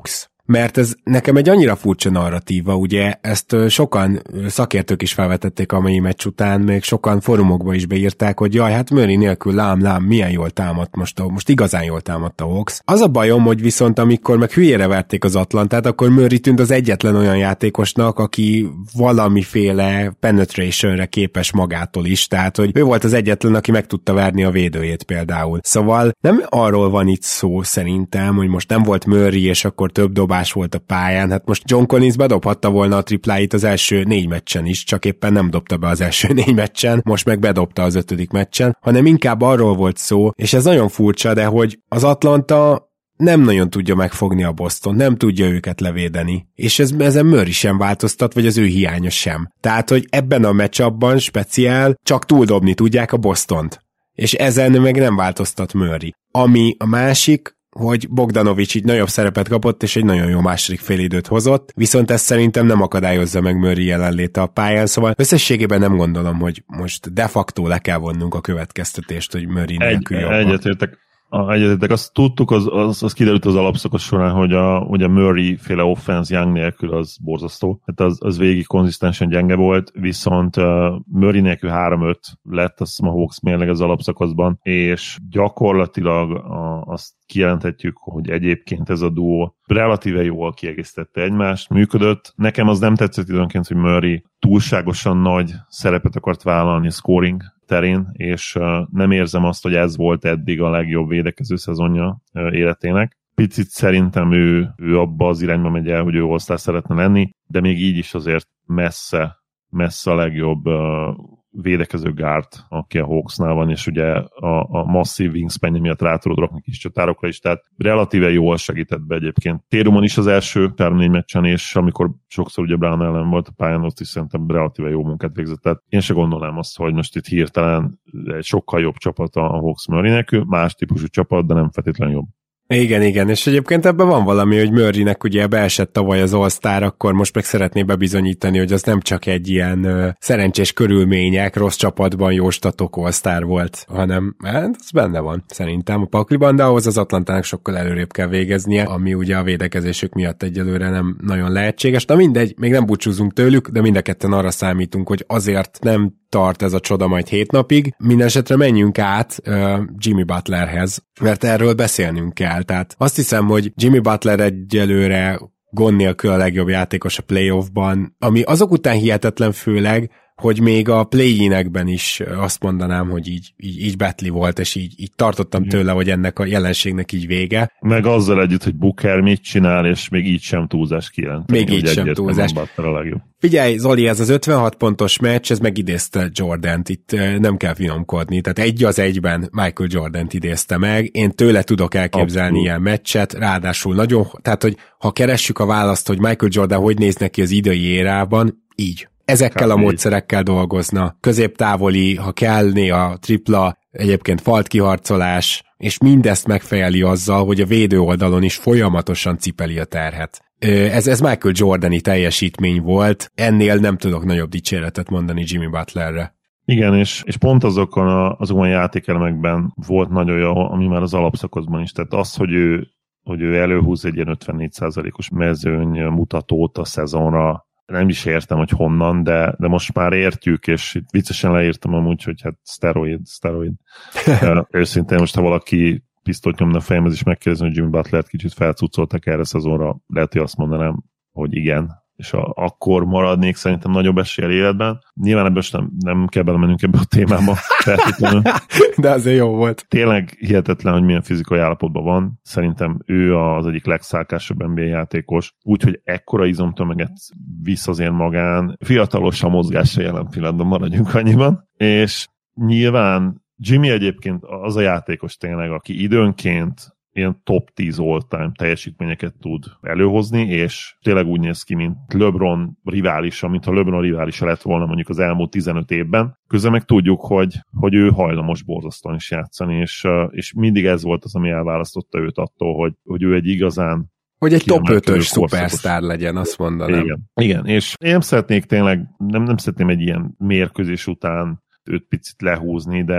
mert ez nekem egy annyira furcsa narratíva, ugye ezt sokan szakértők is felvetették a mai meccs után, még sokan fórumokba is beírták, hogy jaj, hát Murray nélkül lám, lám, milyen jól támadt most, a, most igazán jól támadt a Hawks. Az a bajom, hogy viszont amikor meg hülyére verték az Atlantát, akkor Murray tűnt az egyetlen olyan játékosnak, aki valamiféle penetrationre képes magától is, tehát hogy ő volt az egyetlen, aki meg tudta verni a védőjét például. Szóval nem arról van itt szó szerintem, hogy most nem volt Murray, és akkor több dobás volt a pályán. Hát most John Collins bedobhatta volna a tripláit az első négy meccsen is, csak éppen nem dobta be az első négy meccsen, most meg bedobta az ötödik meccsen, hanem inkább arról volt szó, és ez nagyon furcsa, de hogy az Atlanta nem nagyon tudja megfogni a Boston, nem tudja őket levédeni, és ez, ezen Murray sem változtat, vagy az ő hiánya sem. Tehát, hogy ebben a matchupban speciál csak túldobni tudják a Bostont, és ezen meg nem változtat Murray. Ami a másik, hogy Bogdanovics így nagyobb szerepet kapott, és egy nagyon jó második félidőt hozott, viszont ez szerintem nem akadályozza meg Murray jelenléte a pályán, szóval összességében nem gondolom, hogy most de facto le kell vonnunk a következtetést, hogy Murray nélkül jobb. Egyetértek. Egyetértek, azt tudtuk, az, az, az kiderült az alapszakasz során, hogy a, hogy a Murray-féle offense Young nélkül az borzasztó. Hát az, az végig konzisztensen gyenge volt, viszont uh, Murray nélkül három öt lett, azt hiszem a Hawks mérleg az alapszakaszban, és gyakorlatilag a, azt kijelenthetjük, hogy egyébként ez a duó relatíve jól kiegészítette egymást, működött. Nekem az nem tetszett időnként, hogy Murray túlságosan nagy szerepet akart vállalni scoring terén, és uh, nem érzem azt, hogy ez volt eddig a legjobb védekező szezonja uh, életének. Picit szerintem ő, ő abba az irányba megy el, hogy ő all-star szeretne lenni, de még így is azért messze, messze a legjobb uh, védekező guard, aki a Hawksnál van, és ugye a, a masszív wingspan miatt rá tudod rakni kis csatárokra is, tehát relatíve jól segített be egyébként. Térumon is az első három-négy meccsen, és amikor sokszor ugye Brown ellen volt a pályán, ott is szerintem relatíve jó munkát végzett. Tehát én se gondolnám azt, hogy most itt hirtelen egy sokkal jobb csapat a Hawks Murray nélkül, más típusú csapat, de nem feltétlenül jobb. Igen, igen, és egyébként ebben van valami, hogy Murraynek ugye beesett tavaly az All-Star, akkor most meg szeretné bebizonyítani, hogy az nem csak egy ilyen ö, szerencsés körülmények, rossz csapatban jó statok All-Star volt, hanem hát, ez benne van szerintem a pakliban, de ahhoz az Atlantának sokkal előrébb kell végeznie, ami ugye a védekezésük miatt egyelőre nem nagyon lehetséges. Na mindegy, még nem búcsúzunk tőlük, de mind a ketten arra számítunk, hogy azért nem tart ez a csoda majd hét napig. Mindenesetre menjünk át uh, Jimmy Butlerhez, mert erről beszélnünk kell. Tehát azt hiszem, hogy Jimmy Butler egyelőre gond nélkül a legjobb játékos a playoffban, ami azok után hihetetlen főleg, hogy még a play-inekben is azt mondanám, hogy így, így, így betli volt, és így, így tartottam tőle, hogy ennek a jelenségnek így vége. Meg azzal együtt, hogy Booker mit csinál, és még így sem túlzás kijelenteni. Még így sem túlzás. A legjobb. Figyelj, Zoli, ez az ötvenhat pontos meccs, ez megidézte Jordant, itt nem kell finomkodni, tehát egy az egyben Michael Jordant idézte meg, én tőle tudok elképzelni Abszolút. Ilyen meccset, ráadásul nagyon, tehát hogy ha keressük a választ, hogy Michael Jordan hogy néz neki az idei érában, így. Ezekkel a módszerekkel dolgozna. Középtávoli, ha kell, néha tripla, egyébként falt kiharcolás, és mindezt megfejeli azzal, hogy a védő oldalon is folyamatosan cipeli a terhet. Ez, ez Michael Jordani teljesítmény volt, ennél nem tudok nagyobb dicséretet mondani Jimmy Butlerre. Igen, és, és pont azokon a, azokon a játékelemekben volt nagyon jó, ami már az alapszakaszban is. Tehát az, hogy ő, hogy ő előhúz egy ilyen ötvennégy százalékos mezőny mutatót a szezonra, nem is értem, hogy honnan, de, de most már értjük, és itt viccesen leírtam amúgy, hogy hát szteroid, szteroid. Őszintén most, ha valaki pisztolyt nyomna a fejemhez, és megkérdezni, hogy Jimmy Butlert kicsit felcucoltak erre a szezonra, lehet, hogy azt mondanám, hogy igen, és a, akkor maradnék szerintem nagyobb eséllyel életben. Nyilván ebből nem, nem kell belemennünk ebbe a témába feltétlenül. De azért jó volt. Tényleg hihetetlen, hogy milyen fizikai állapotban van. Szerintem ő az egyik legszálkásabb en bé á játékos, úgyhogy ekkora izomtömeget visz azért magán. Fiatalos a mozgása jelen pillanatban, maradjunk annyiban. És nyilván Jimmy egyébként az a játékos tényleg, aki időnként ilyen top tíz all-time teljesítményeket tud előhozni, és tényleg úgy néz ki, mint LeBron riválisa, mintha LeBron riválisa lett volna mondjuk az elmúlt tizenöt évben. Közben meg tudjuk, hogy, hogy ő hajlamos borzasztóan is játszani, és, és mindig ez volt az, ami elválasztotta őt attól, hogy, hogy ő egy igazán hogy egy top ötös szupersztár legyen, azt mondanám. Igen, igen, és én nem szeretnék tényleg, nem, nem szeretném egy ilyen mérkőzés után őt picit lehúzni, de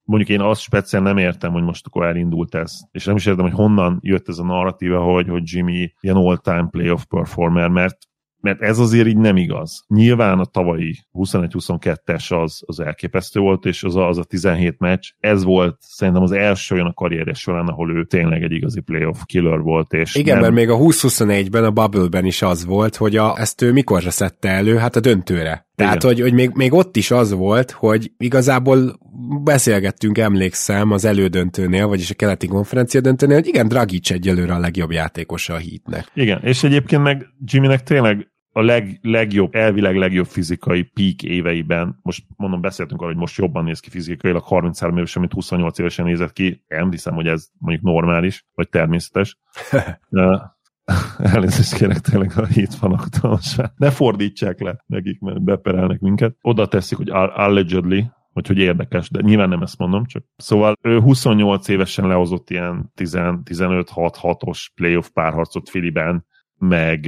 mondjuk én azt speciál nem értem, hogy most akkor elindult ez, és nem is értem, hogy honnan jött ez a narratíva, hogy, hogy Jimmy ilyen all-time playoff performer, mert mert ez azért így nem igaz. Nyilván a tavalyi huszonegy huszonkettes az, az elképesztő volt, és az a, az a tizenhét meccs, ez volt szerintem az első olyan a karrierje során, ahol ő tényleg egy igazi playoff killer volt. És igen, nem... mert még a húsz huszonegyben, a Bubble-ben is az volt, hogy a, ezt ő mikorra szedte elő? Hát a döntőre. Tehát, hogy, hogy még, még ott is az volt, hogy igazából beszélgettünk, emlékszem, az elődöntőnél, vagyis a keleti konferencia döntőnél, hogy igen, Dragic egyelőre a legjobb játékosa a Heatnek. Igen, és egyébként meg Jimmynek tényleg a leg, legjobb, elvileg legjobb fizikai peak éveiben, most mondom, beszéltünk arra, hogy most jobban néz ki fizikailag, harminchárom évesen, mint huszonnyolc évesen nézett ki. Nem hiszem, hogy ez mondjuk normális, vagy természetes. Elnézést kérek tényleg a Heat fanaktól most. Ne fordítsák le nekik, mert beperelnek minket. Oda teszik, hogy allegedly, vagy hogy érdekes, de nyilván nem ezt mondom, csak. Szóval ő huszonnyolc évesen lehozott ilyen tizenöt hat hatos playoff párharcot Phillyben, meg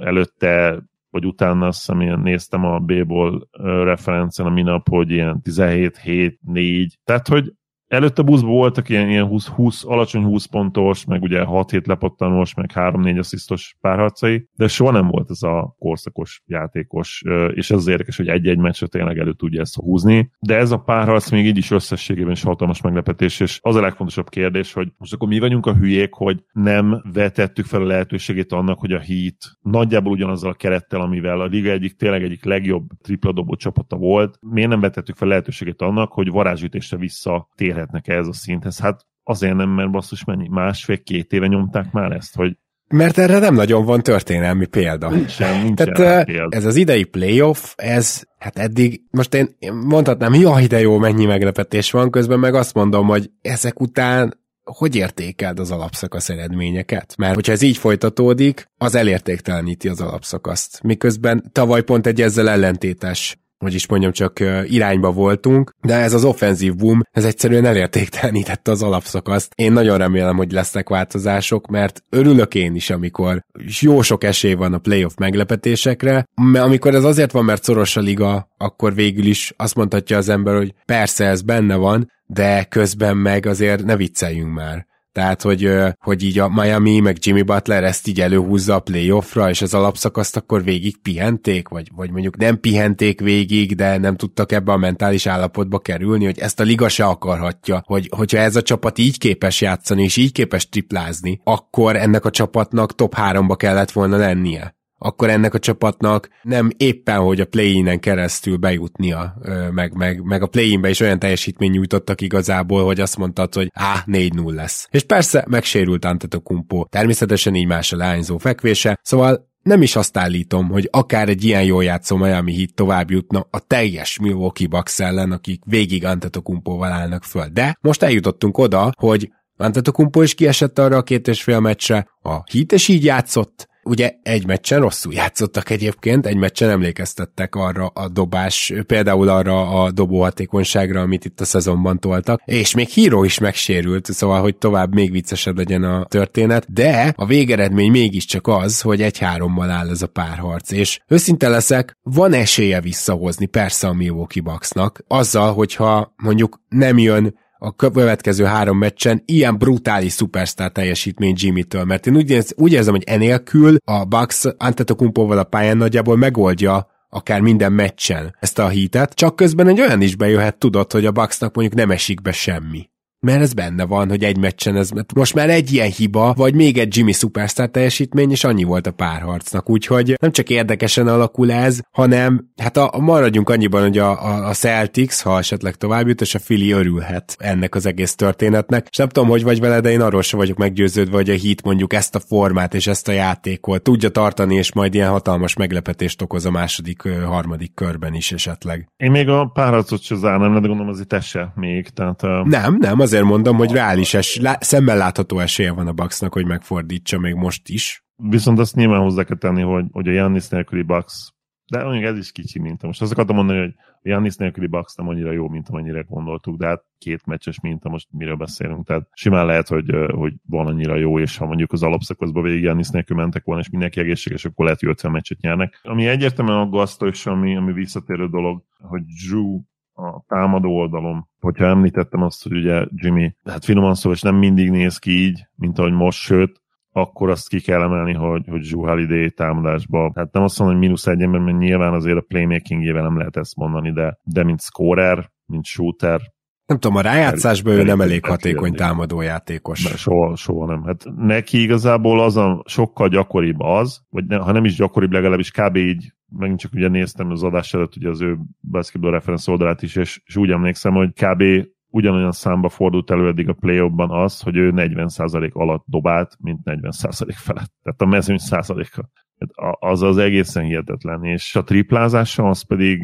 előtte vagy utána azt hiszem, én néztem a B-ból referencen a minap, hogy ilyen tizenhét hét négy, tehát, hogy előtte buszban voltak ilyen, ilyen húsz, húsz, alacsony húsz pontos, meg ugye hat hét lepattanós, meg három négy asszisztos párharcai, de soha nem volt ez a korszakos játékos, és ez az érdekes, hogy egy-egy meccsre tényleg elő tudja ezt húzni, de ez a párharc még így is összességében is hatalmas meglepetés, és az a legfontosabb kérdés, hogy most akkor mi vagyunk a hülyék, hogy nem vetettük fel a lehetőségét annak, hogy a Heat nagyjából ugyanazzal a kerettel, amivel a liga egyik tényleg egyik legjobb tripladobó csapata volt, miért nem vetettük fel a lehetőségét annak, hogy varázsütésre visszatérhet ez a szinthez. Hát azért nem, mert basszus mennyi, másfél-két éve nyomták már ezt, hogy mert erre nem nagyon van történelmi példa. Nincsen, nincsen Tehát példa. Ez az idei playoff, ez, hát eddig, most én mondhatnám, jaj, de jó, mennyi meglepetés van, közben meg azt mondom, hogy ezek után hogy értékeld az alapszakasz eredményeket? Mert hogyha ez így folytatódik, az elértékteleníti az alapszakaszt. Miközben tavaly pont egy ezzel ellentétes, hogy is mondjam, csak irányba voltunk, de ez az offenzív boom, ez egyszerűen elértéktelenítette az alapszakaszt. Én nagyon remélem, hogy lesznek változások, mert örülök én is, amikor jó sok esély van a playoff meglepetésekre, mert amikor ez azért van, mert szoros a liga, akkor végül is azt mondhatja az ember, hogy persze ez benne van, de közben meg azért ne vicceljünk már. Tehát, hogy, hogy így a Miami, meg Jimmy Butler ezt így előhúzza a playoffra, és az alapszakaszt akkor végig pihenték, vagy, vagy mondjuk nem pihenték végig, de nem tudtak ebbe a mentális állapotba kerülni, hogy ezt a liga se akarhatja, hogy, hogyha ez a csapat így képes játszani, és így képes triplázni, akkor ennek a csapatnak top háromba kellett volna lennie. Akkor ennek a csapatnak nem éppen, hogy a play-inen keresztül bejutnia, meg, meg, meg a play-inbe is olyan teljesítmény nyújtottak igazából, hogy azt mondtad, hogy á, négy null lesz. És persze megsérült Antetokounmpo, természetesen így más a leányzó fekvése, szóval nem is azt állítom, hogy akár egy ilyen jól játszó Miami Heat tovább jutna a teljes Milwaukee Bucks ellen, akik végig Antetokounmpoval állnak föl. De most eljutottunk oda, hogy Antetokounmpo is kiesett arra a két és fél meccsre, a Heat is így játszott. Ugye egy meccsen rosszul játszottak egyébként, egy meccsen emlékeztettek arra a dobás, például arra a dobóhatékonyságra, amit itt a szezonban toltak, és még Hero is megsérült, szóval, hogy tovább még viccesebb legyen a történet, de a végeredmény mégiscsak az, hogy egy-hárommal áll ez a párharc, és őszinte leszek, van esélye visszahozni persze a Milwaukee Bucksnak, azzal, hogyha mondjuk nem jön a következő három meccsen ilyen brutális szupersztár teljesítmény Jimmy-től, mert én úgy, érz, úgy érzem, hogy enélkül a Bucks Antetokounmpoval a pályán nagyjából megoldja akár minden meccsen ezt a Heatet, csak közben egy olyan is bejöhet, tudod, hogy a Bucksnak mondjuk nem esik be semmi. Mert ez benne van, hogy egy meccsen ez, most már egy ilyen hiba, vagy még egy Jimmy szupersztár teljesítmény, és annyi volt a párharcnak, úgyhogy nem csak érdekesen alakul ez, hanem hát a, a maradjunk annyiban, hogy a, a, a Celtics, ha esetleg tovább jut, és a Philly örülhet ennek az egész történetnek, és nem tudom, hogy vagy vele, de én arról sem vagyok meggyőződve, hogy a Heat mondjuk ezt a formát és ezt a játékot tudja tartani, és majd ilyen hatalmas meglepetést okoz a második, harmadik körben is esetleg. Én még a párharcot se zárnám, de gondolom azért ez se még, tehát... Uh... Nem, nem, az azért mondom, hogy reális es, lá, szemmel látható esélye van a Bucksnak, hogy megfordítsa még most is. Viszont azt nyilván hozzá kell tenni, hogy, hogy a Giannis nélküli Bucks, de mondjuk ez is kicsi minta. Most azt akartam mondani, hogy a Giannis nélküli Bucks nem annyira jó, mint amennyire gondoltuk, de hát két meccses minta, most miről beszélünk. Tehát simán lehet, hogy, hogy van annyira jó, és ha mondjuk az alapszakaszban végig Giannis nélkül mentek volna, és mindenki egészséges, akkor lehet, hogy ötven meccset nyernek. Ami egyértelműen aggasztó, és ami, ami visszatérő dolog, hogy Drew a támadó oldalon, hogyha említettem azt, hogy ugye Jimmy, hát finoman szó, és nem mindig néz ki így, mint ahogy most, sőt, akkor azt ki kell emelni, hogy, hogy Jrue Holiday támadásba. Hát nem azt mondom, hogy mínusz egy ember, mert nyilván azért a playmaking-jével nem lehet ezt mondani, de, de mint scorer, mint shooter. Nem tudom, a rájátszásban ő nem elég hatékony támadójátékos. De soha, soha nem. Hát neki igazából az a sokkal gyakoribb az, vagy ne, ha nem is gyakoribb, legalábbis kb. Így, megint csak ugye néztem az adás előtt ugye az ő basketball reference oldalát is, és, és úgy emlékszem, hogy kb. Ugyanolyan számba fordult elő eddig a play-offban az, hogy ő negyven százalék alatt dobált, mint negyven százalék felett. Tehát a mezőny százaléka. Az az egészen hihetetlen. És a triplázása az pedig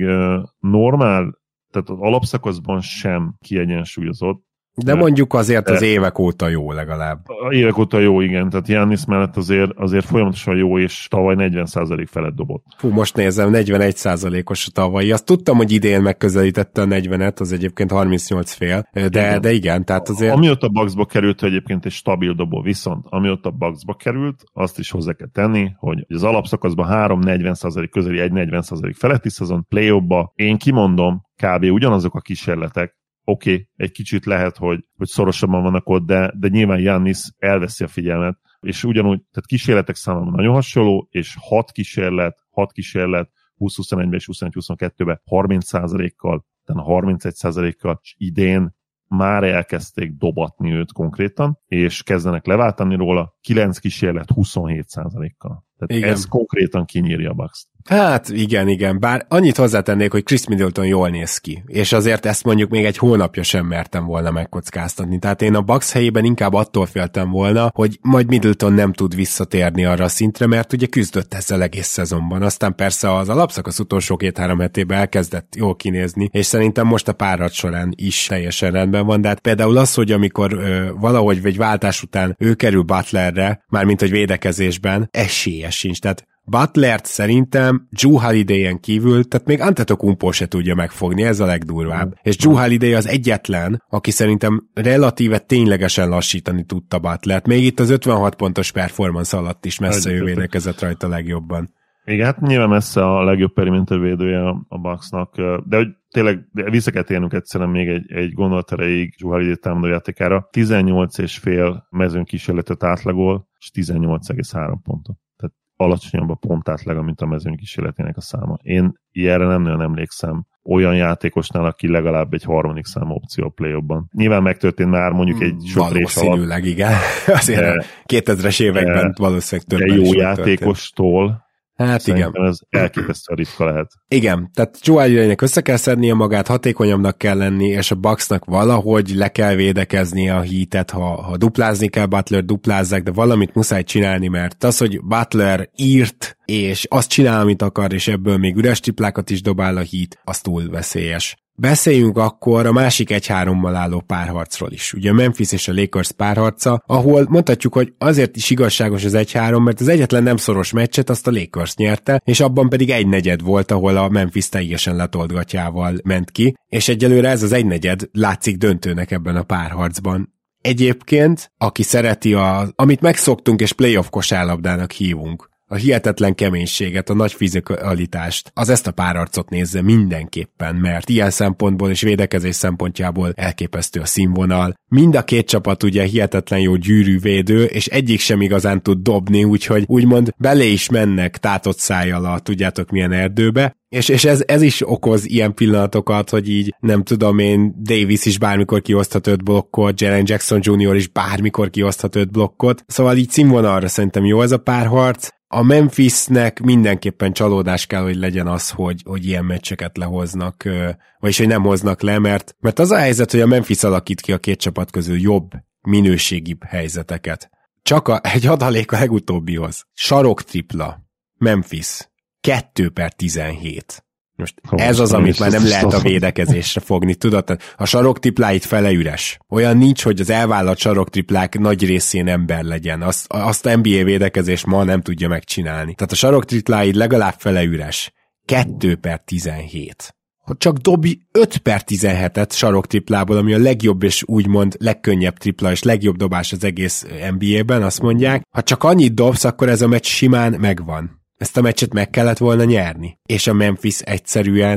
normál, tehát az alapszakaszban sem kiegyensúlyozott. De mondjuk azért az évek óta jó legalább. A évek óta jó, igen. Tehát Giannis mellett azért, azért folyamatosan jó, és tavaly negyven százalék felett dobott. Fú, most nézem, negyvenegy százalékos a tavalyi. Azt tudtam, hogy idén megközelítette a negyvenet, az egyébként harmincnyolc fél, de igen, de igen tehát azért... Amióta Bucksba került, egyébként egy stabil dobó, viszont amióta Bucksba került, azt is hozzá kell tenni, hogy az alapszakaszban három negyven százalék közeli, egy negyven százalék feletti szezon, play-offba, én kimondom, kb. Ugyanazok a kísérletek, oké, okay, egy kicsit lehet, hogy, hogy szorosabban vannak ott, de, de nyilván Giannis elveszi a figyelmet, és ugyanúgy, tehát kísérletek számában nagyon hasonló, és hat kísérlet, hat kísérlet, húsz huszonegyben és huszonegy huszonkettőben harminc százalékkal, tehát harmincegy százalékkal, és idén már elkezdték dobatni őt konkrétan, és kezdenek leváltani róla, kilenc kísérlet huszonhét százalékkal. Tehát igen. Ez konkrétan kinyírja a Bucks-t. Hát igen, igen, bár annyit hozzátennék, hogy Chris Middleton jól néz ki, és azért ezt mondjuk még egy hónapja sem mertem volna megkockáztatni. Tehát én a Bucks helyében inkább attól féltem volna, hogy majd Middleton nem tud visszatérni arra a szintre, mert ugye küzdött ezzel egész szezonban. Aztán persze az alapszakasz utolsó két-három hetében elkezdett jól kinézni, és szerintem most a párharc során is teljesen rendben van, de hát például az, hogy amikor ö, valahogy egy váltás után ő kerül Butlerre, mármint hogy védekezésben, esélye sincs. Tehát Butlert szerintem Jrue Holidayen kívül, tehát még Antetokounmpo se tudja megfogni, ez a legdurvább. És Jrue Holiday az egyetlen, aki szerintem relatíve ténylegesen lassítani tudta Butlert. Még itt az ötvenhat pontos performance alatt is messze ő védekezett rajta legjobban. Igen, hát nyilván messze a legjobb perimeter védője a Bucksnak, de hogy tényleg vissza kell térnünk egyszerűen még egy, egy gondolat erejéig Jrue Holiday támadójátékára. tizennyolc és fél mezőn kísérletet átlagol, és tizennyolc egész három pontot. Tehát alacsonyabb a pontátlaga, mint a mezőny kísérletének a száma. Én ilyenre nem nagyon emlékszem olyan játékosnál, aki legalább egy harmadik számú opció a play-offban. Nyilván megtörtént már mondjuk egy söprés alatt. Valószínűleg, igen. Azért de, a kétezres években de, valószínűleg többen de jó játékostól hát szerintem igen. ez elképesztően ritka lehet. Igen, tehát Jrue Holidaynek össze kell szednie magát, hatékonyabbnak kell lenni, és a Bucksnak valahogy le kell védekezni a Heatet, ha, ha duplázni kell, Butler duplázzák, de valamit muszáj csinálni, mert az, hogy Butler írt, és azt csinál, amit akar, és ebből még üres triplákat is dobál a Heat, az túl veszélyes. Beszéljünk akkor a másik egy-hárommal álló párharcról is. Ugye a Memphis és a Lakers párharca, ahol mondhatjuk, hogy azért is igazságos az egy-három, mert az egyetlen nem szoros meccset azt a Lakers nyerte, és abban pedig egy negyed volt, ahol a Memphis teljesen letoldgatjával ment ki, és egyelőre ez az egy negyed látszik döntőnek ebben a párharcban. Egyébként, aki szereti a, amit megszoktunk és playoff kosárlabdának hívunk, a hihetetlen keménységet, a nagy fizikalitást, az ezt a párharcot nézze mindenképpen, mert ilyen szempontból és védekezés szempontjából elképesztő a színvonal. Mind a két csapat ugye hihetetlen jó gyűrűvédő, és egyik sem igazán tud dobni, úgyhogy úgymond belé is mennek tátott szájjal a tudjátok milyen erdőbe, és, és ez, ez is okoz ilyen pillanatokat, hogy így nem tudom én, Davis is bármikor kioszthat öt blokkot, Jaren Jackson junior is bármikor kioszthat öt blokkot, szóval így színvonalra szerintem jó ez a párharc. A Memphisnek mindenképpen csalódás kell, hogy legyen az, hogy, hogy ilyen meccseket lehoznak, vagyis hogy nem hoznak le, mert, mert az a helyzet, hogy a Memphis alakít ki a két csapat közül jobb, minőségibb helyzeteket. Csak a, egy adalék a legutóbbihoz. Sarok tripla, Memphis, kettő per tizenhét. Most ez az, amit már nem lehet a védekezésre fogni, tudod? A saroktripláit fele üres. Olyan nincs, hogy az elvállalt saroktriplák nagy részén ember legyen. Azt, azt en bé á védekezés ma nem tudja megcsinálni. Tehát a saroktripláid legalább fele üres. kettő per tizenhét. Hogy csak dobj öt per tizenhetet saroktriplából, ami a legjobb és úgymond legkönnyebb tripla és legjobb dobás az egész en bé á-ben, azt mondják. Ha csak annyit dobsz, akkor ez a meccs simán megvan. Ezt a meccset meg kellett volna nyerni. És a Memphis egyszerűen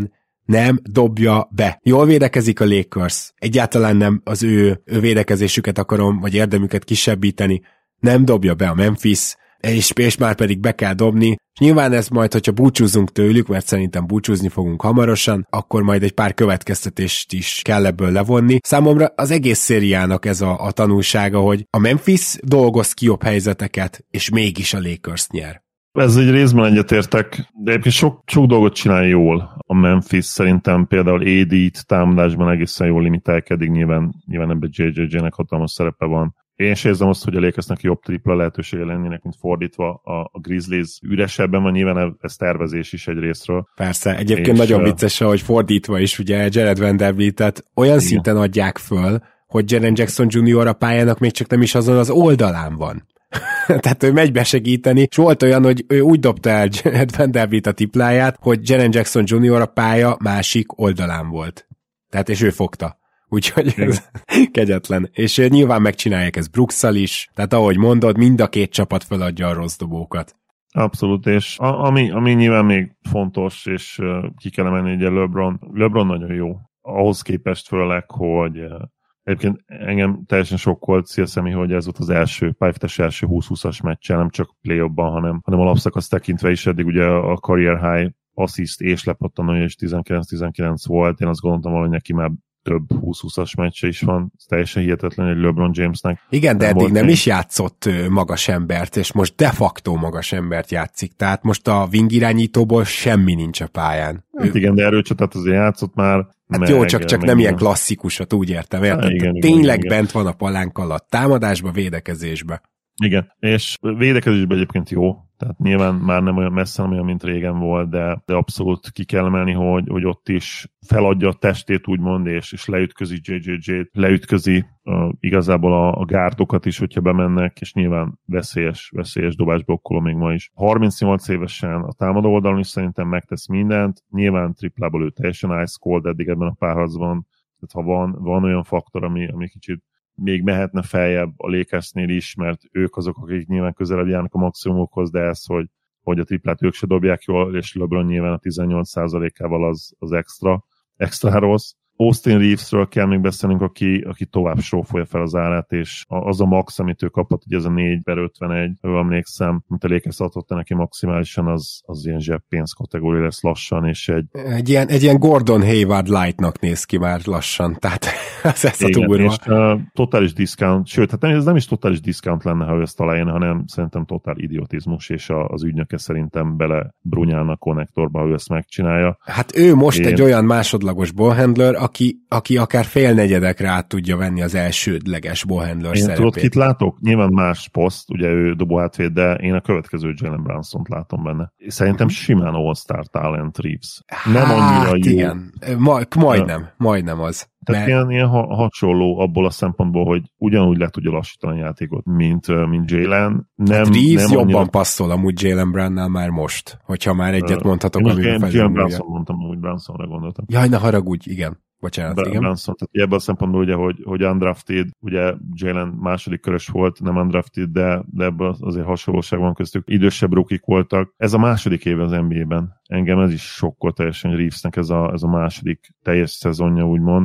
nem dobja be. Jól védekezik a Lakers, egyáltalán nem az ő, ő védekezésüket akarom, vagy érdemüket kisebbíteni, nem dobja be a Memphis, és, és már pedig be kell dobni, és nyilván ez majd, hogyha búcsúzunk tőlük, mert szerintem búcsúzni fogunk hamarosan, akkor majd egy pár következtetést is kell ebből levonni. Számomra az egész szériának ez a, a tanulsága, hogy a Memphis dolgoz ki jobb helyzeteket, és mégis a Lakers nyer. Ez egy részben egyetértek, de egyébként sok, sok dolgot csinál jól a Memphis, szerintem például á dé-t támadásban egészen jól limitálkedik, nyilván, nyilván ebben jé jé jé-nek hatalmas szerepe van. Én sem érzem azt, hogy a Lakersnek jobb tripla lehetősége lennének, mint fordítva a, a Grizzlies üresebben van, nyilván ez tervezés is egy részről. Persze, egyébként nagyon vicces, hogy fordítva is, ugye Jared Vanderbiltet olyan igen. szinten adják föl, hogy Jaren Jackson junior a pályának még csak nem is azon az oldalán van. Tehát ő megy besegíteni, és volt olyan, hogy ő úgy dobta el Jared Vanderbilt a tripláját, hogy Jaren Jackson junior a pálya másik oldalán volt. Tehát és ő fogta. Úgyhogy ez kegyetlen. És nyilván megcsinálják ezt Brooksszal is, tehát ahogy mondod, mind a két csapat feladja a rossz dobókat. Abszolút, és a, ami, ami nyilván még fontos, és uh, ki kell emelni, ugye LeBron, LeBron nagyon jó. Ahhoz képest főleg, hogy uh, egyébként engem teljesen sokkolt Szilszemi, hogy ez volt az első, pályafutási első húsz-húszas meccsen, nem csak play-offban, hanem, hanem alapszakasz tekintve is, eddig ugye a career high assist és lepattanója is tizenkilenc tizenkilenc volt, én azt gondoltam, hogy neki már több húsz-húszas meccse is van, ez teljesen hihetetlen egy LeBron Jamesnek. Igen, de eddig nem is játszott magas embert, és most de facto magas embert játszik, tehát most a wing irányítóból semmi nincs a pályán. Hát ő... igen, de erőcsatát azért játszott már. Hát meg, jó, csak, csak nem igen. ilyen klasszikusat, úgy értem, érted? Hát, igen, tényleg igen, bent igen. van a palánk alatt, támadásba, védekezésbe. Igen, és védekezésben egyébként jó, tehát nyilván már nem olyan messze, nem olyan, mint régen volt, de, de abszolút ki kell emelni, hogy, hogy ott is feladja a testét, úgymond, és, és leütközi jé jé jé-t, leütközi uh, igazából a, a gárdokat is, hogyha bemennek, és nyilván veszélyes, veszélyes dobásblokkoló még ma is. harmincnyolc évesen a támadó oldalon is szerintem megtesz mindent, nyilván triplából ő teljesen ice cold eddig ebben a párharcban, tehát ha van, van olyan faktor, ami, ami kicsit még mehetne feljebb a Lakersnél is, mert ők azok, akik nyilván közelebb járnak a maximumokhoz, de ez, hogy, hogy a triplát ők se dobják jól, és LeBron nyilván a tizennyolc százalékával az, az extra, extra rossz. Austin Reevesről kell még beszélnünk, aki, aki tovább srófolja fel az árát, és az a max, amit ő kapott, ugye ez a négy per ötvenegy, ő emlékszem, mint a Lakers adott neki maximálisan, az, az ilyen zseppénz kategória lesz lassan, és egy... Egy ilyen, egy ilyen Gordon Hayward Lightnak néz ki már lassan, tehát ez, ez a túlva. És uh, totális discount, sőt, hát nem, ez nem is totális discount lenne, ha ő ezt találjon, hanem szerintem totál idiotizmus, és a, az ügynöke szerintem bele brunyálna a konnektorba, ha ő ezt megcsinálja. Hát ő most Én... egy olyan másodlagos ballhandler, Aki, aki akár félnegyedekre át tudja venni az elsődleges ballhandler szerepét. Tudod, kit látok? Nyilván más poszt, ugye ő dobóhátvéd, de én a következő Jalen Brunson-t látom benne. Szerintem simán all-star talent Reeves. Nem hát, annyira jó. Igen, Ma, majdnem, majdnem az. Tehát mert... ilyen, ilyen hasonló abból a szempontból, hogy ugyanúgy le tudja lassítani a játékot, mint, mint Jalen. Nem, hát Reeves nem jobban annyira... passzol amúgy Jalen Brownnál már most, hogyha már egyet mondhatok. Én most Jalen Brunson mondtam, amúgy Brunsonra gondoltam. Jaj, ne haragudj, igen. Bocsánat, Br- igen. Brunson, tehát ebből a szempontból ugye, hogy, hogy undrafted, ugye Jalen második körös volt, nem undrafted, de, de ebből azért hasonlóság van köztük. Idősebb rukik voltak. Ez a második éve az en bé á-ben. Engem ez is sokkol teljesen Reevesnek ez a, ez a második teljes szezonja, úgymond.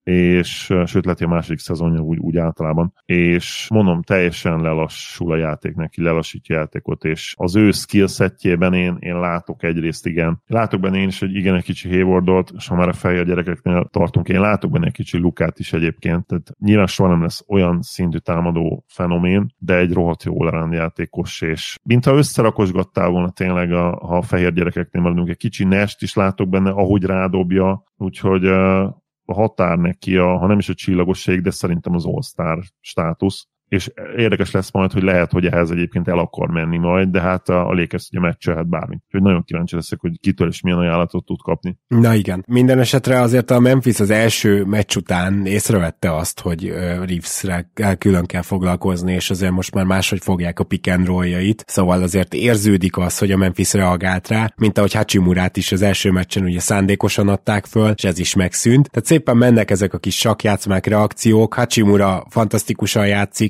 és sőt lett a második szezonja úgy, úgy általában, és mondom, teljesen lelassul a játék neki, lelassítja a játékot, és az ő skillsetjében én, én látok egyrészt igen. Látok benne én is, hogy igen, egy kicsi Haywardot, és ha már a fehér gyerekeknél tartunk, én látok benne egy kicsi Lukát is egyébként, tehát nyilván soha nem lesz olyan szintű támadó fenomén, de egy rohadt jó all-around játékos, és mintha összerakosgattál volna tényleg, a, ha a fehér gyerekeknél maradunk, egy kicsi nest is látok benne, ahogy rádobja, úgyhogy a határ neki, a, ha nem is a csillagosség, de szerintem az all-star státusz. És érdekes lesz majd, hogy lehet, hogy ehhez egyébként el akar menni majd, de hát a Lakers ugye meccselhet bármit. Úgyhogy nagyon kíváncsi leszek, hogy kitől és milyen ajánlatot tud kapni. Na igen. Minden esetre azért a Memphis az első meccs után észrevette azt, hogy Reevesre külön kell foglalkozni, és azért most már máshogy fogják a pick and roll-jait, szóval azért érződik az, hogy a Memphis reagált rá, mint ahogy Hachimurát is az első meccsen ugye szándékosan adták föl, és ez is megszűnt. Tehát szépen mennek ezek a kis sakkjátszmák, reakciók, Hachimura fantasztikusan játszik,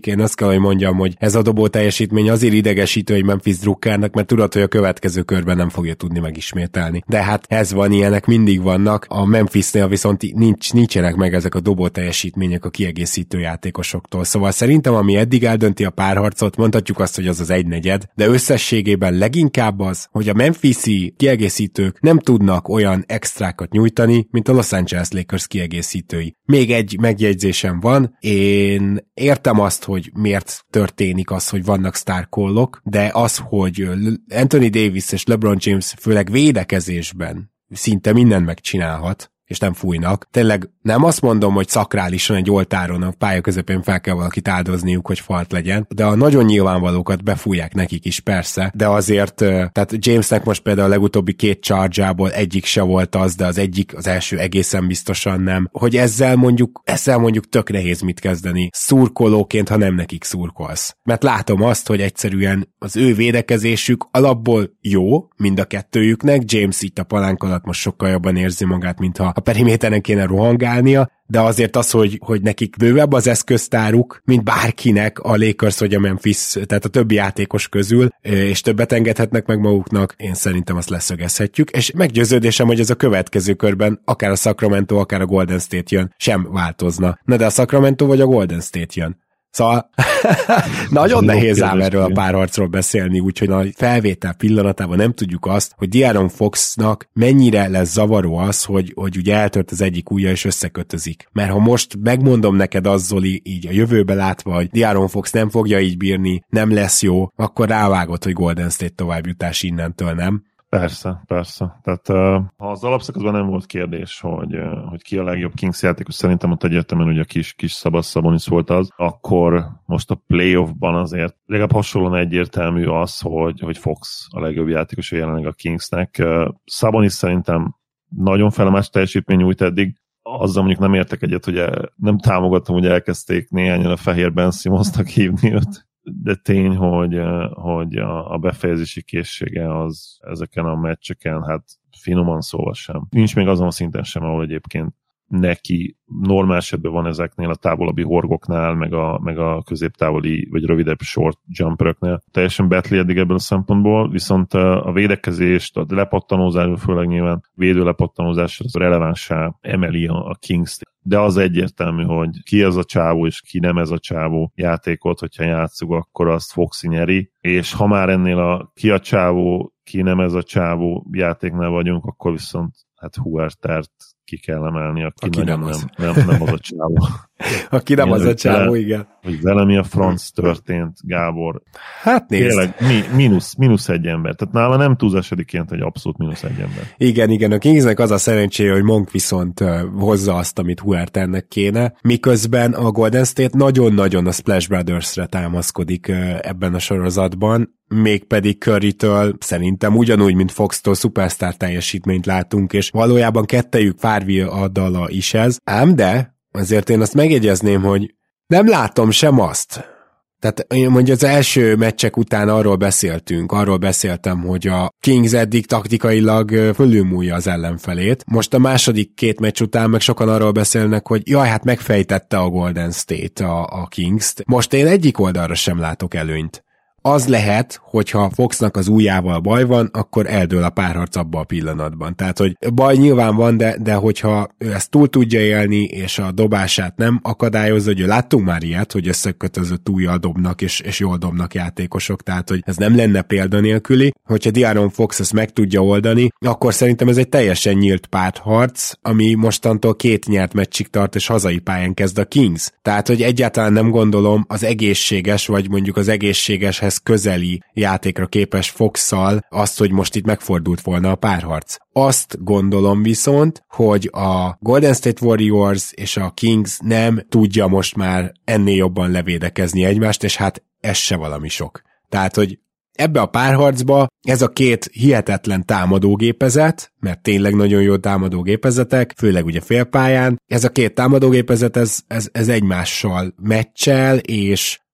látszik. Én azt kell, hogy mondjam, hogy ez a dobó teljesítmény azért idegesítő egy Memphis drukkernek, mert tudod, hogy a következő körben nem fogja tudni megismételni. De hát ez van, ilyenek mindig vannak. A Memphisnél viszont nincs, nincsenek meg ezek a dobó teljesítmények a kiegészítő játékosoktól. Szóval szerintem, ami eddig eldönti a párharcot, mondhatjuk azt, hogy az az egynegyed, de összességében leginkább az, hogy a Memphisi kiegészítők nem tudnak olyan extrákat nyújtani, mint a Los Angeles Lakers kiegészítői. Még egy megjegyzésem van, én értem azt, hogy miért történik az, hogy vannak sztárkollok, de az, hogy Anthony Davis és LeBron James főleg védekezésben szinte mindent megcsinálhat, és nem fújnak. Tényleg nem azt mondom, hogy szakrálisan egy oltáron a pálya közepén fel kell valakit áldozniuk, hogy falt legyen, de a nagyon nyilvánvalókat befújják nekik is, persze, de azért, tehát Jamesnek most például a legutóbbi két charge-ából egyik se volt az, de az egyik, az első egészen biztosan nem, hogy ezzel mondjuk, ezzel mondjuk tök nehéz mit kezdeni szurkolóként, ha nem nekik szurkolsz. Mert látom azt, hogy egyszerűen az ő védekezésük alapból jó, mind a kettőjüknek, James itt a palánk alatt most sokkal jobban érzi magát, mintha a periméteren kéne rohangálnia, de azért az, hogy, hogy nekik bővebb az eszköztáruk, mint bárkinek a Lakers vagy a Memphis, tehát a többi játékos közül, és többet engedhetnek meg maguknak, én szerintem azt leszögezhetjük, és meggyőződésem, hogy ez a következő körben akár a Sacramento, akár a Golden State jön, sem változna. Na de a Sacramento vagy a Golden State jön. Szóval nagyon nehéz ám erről a párharcról beszélni, úgyhogy a felvétel pillanatában nem tudjuk azt, hogy De'Aaron Foxnak mennyire lesz zavaró az, hogy, hogy ugye eltört az egyik ujja és összekötözik. Mert ha most megmondom neked azzal így a jövőbe látva, hogy De'Aaron Fox nem fogja így bírni, nem lesz jó, akkor rávágod, hogy Golden State továbbjutás innentől, nem? Persze, persze. Tehát uh, ha az alapszakaszban nem volt kérdés, hogy, uh, hogy ki a legjobb Kings játékos, szerintem ott egyértelműen ugye a kis, kis Szabasz Szabonis volt az, akkor most a playoffban azért legalább hasonlóan egyértelmű az, hogy, hogy Fox a legjobb játékos jelenleg a Kingsnek. Uh, Szabonis szerintem nagyon felemás teljesítmény nyújt eddig, azzal mondjuk nem értek egyet, hogy el, nem támogatom, hogy elkezdték néhányan a fehér Ben Simmonsnak hívni őt, de tény, hogy, hogy a befejezési készsége az ezeken a meccseken, hát finoman szóval sem. Nincs még azon a szinten sem, ahol egyébként neki normál esetben van ezeknél a távolabbi horgoknál, meg a, meg a középtávoli, vagy rövidebb short jumperöknél. Teljesen betli eddig ebből a szempontból, viszont a védekezést, a lepattanózás, főleg nyilván védő lepattanózás az relevánsá emeli a Kings-t. De az egyértelmű, hogy ki ez a csávó, és ki nem ez a csávó játékot, hogyha játszunk, akkor azt Foxy nyeri, és ha már ennél a ki a csávó, ki nem ez a csávó játéknál vagyunk, akkor viszont hát Huertert ki kell emelni, aki, aki nem, az. Nem, nem, nem az a csávó. Aki nem Én az a csávó, vele, igen. Hogy vele mi a franc történt, Gábor. Hát nézd. Tényleg, mi, mínusz, mínusz egy ember. Tehát nála nem túlzás egyébként, hogy abszolút mínusz egy ember. Igen, igen. A Kingsnek az a szerencséje, hogy Monk viszont uh, hozza azt, amit Huerternek kéne, miközben a Golden State nagyon-nagyon a Splash Brothers-re támaszkodik uh, ebben a sorozatban, mégpedig Currytől szerintem ugyanúgy, mint Foxtól szupersztár teljesítményt látunk, és valójában kettejük Fárvi a dala is ez. Ám de azért én azt megjegyezném, hogy nem látom sem azt. Tehát mondja az első meccsek után arról beszéltünk, arról beszéltem, hogy a Kings eddig taktikailag fölülmúlja az ellenfelét. Most a második két meccs után meg sokan arról beszélnek, hogy jaj, hát megfejtette a Golden State a, a Kings-t. Most én egyik oldalra sem látok előnyt. Az lehet, hogyha Foxnak az ujjával baj van, akkor eldől a párharc abban a pillanatban. Tehát, hogy baj nyilván van, de, de hogyha ő ezt túl tudja élni, és a dobását nem akadályozza, hogy láttunk már ilyet, hogy összekötözött ujjal dobnak, és, és jól dobnak játékosok, tehát, hogy ez nem lenne példanélküli. Hogyha De'Aaron Fox ezt meg tudja oldani, akkor szerintem ez egy teljesen nyílt párharc, ami mostantól két nyert meccsig tart, és hazai pályán kezd a Kings. Tehát, hogy egyáltalán nem gondolom az egészséges, vagy mondjuk az egészségeshez közeli játékra képes Fox-szal azt, hogy most itt megfordult volna a párharc. Azt gondolom viszont, hogy a Golden State Warriors és a Kings nem tudja most már ennél jobban levédekezni egymást, és hát ez se valami sok. Tehát, hogy ebbe a párharcba ez a két hihetetlen támadógépezet, mert tényleg nagyon jó támadógépezetek, főleg ugye félpályán, ez a két támadógépezet, ez, ez, ez egymással meccsel, és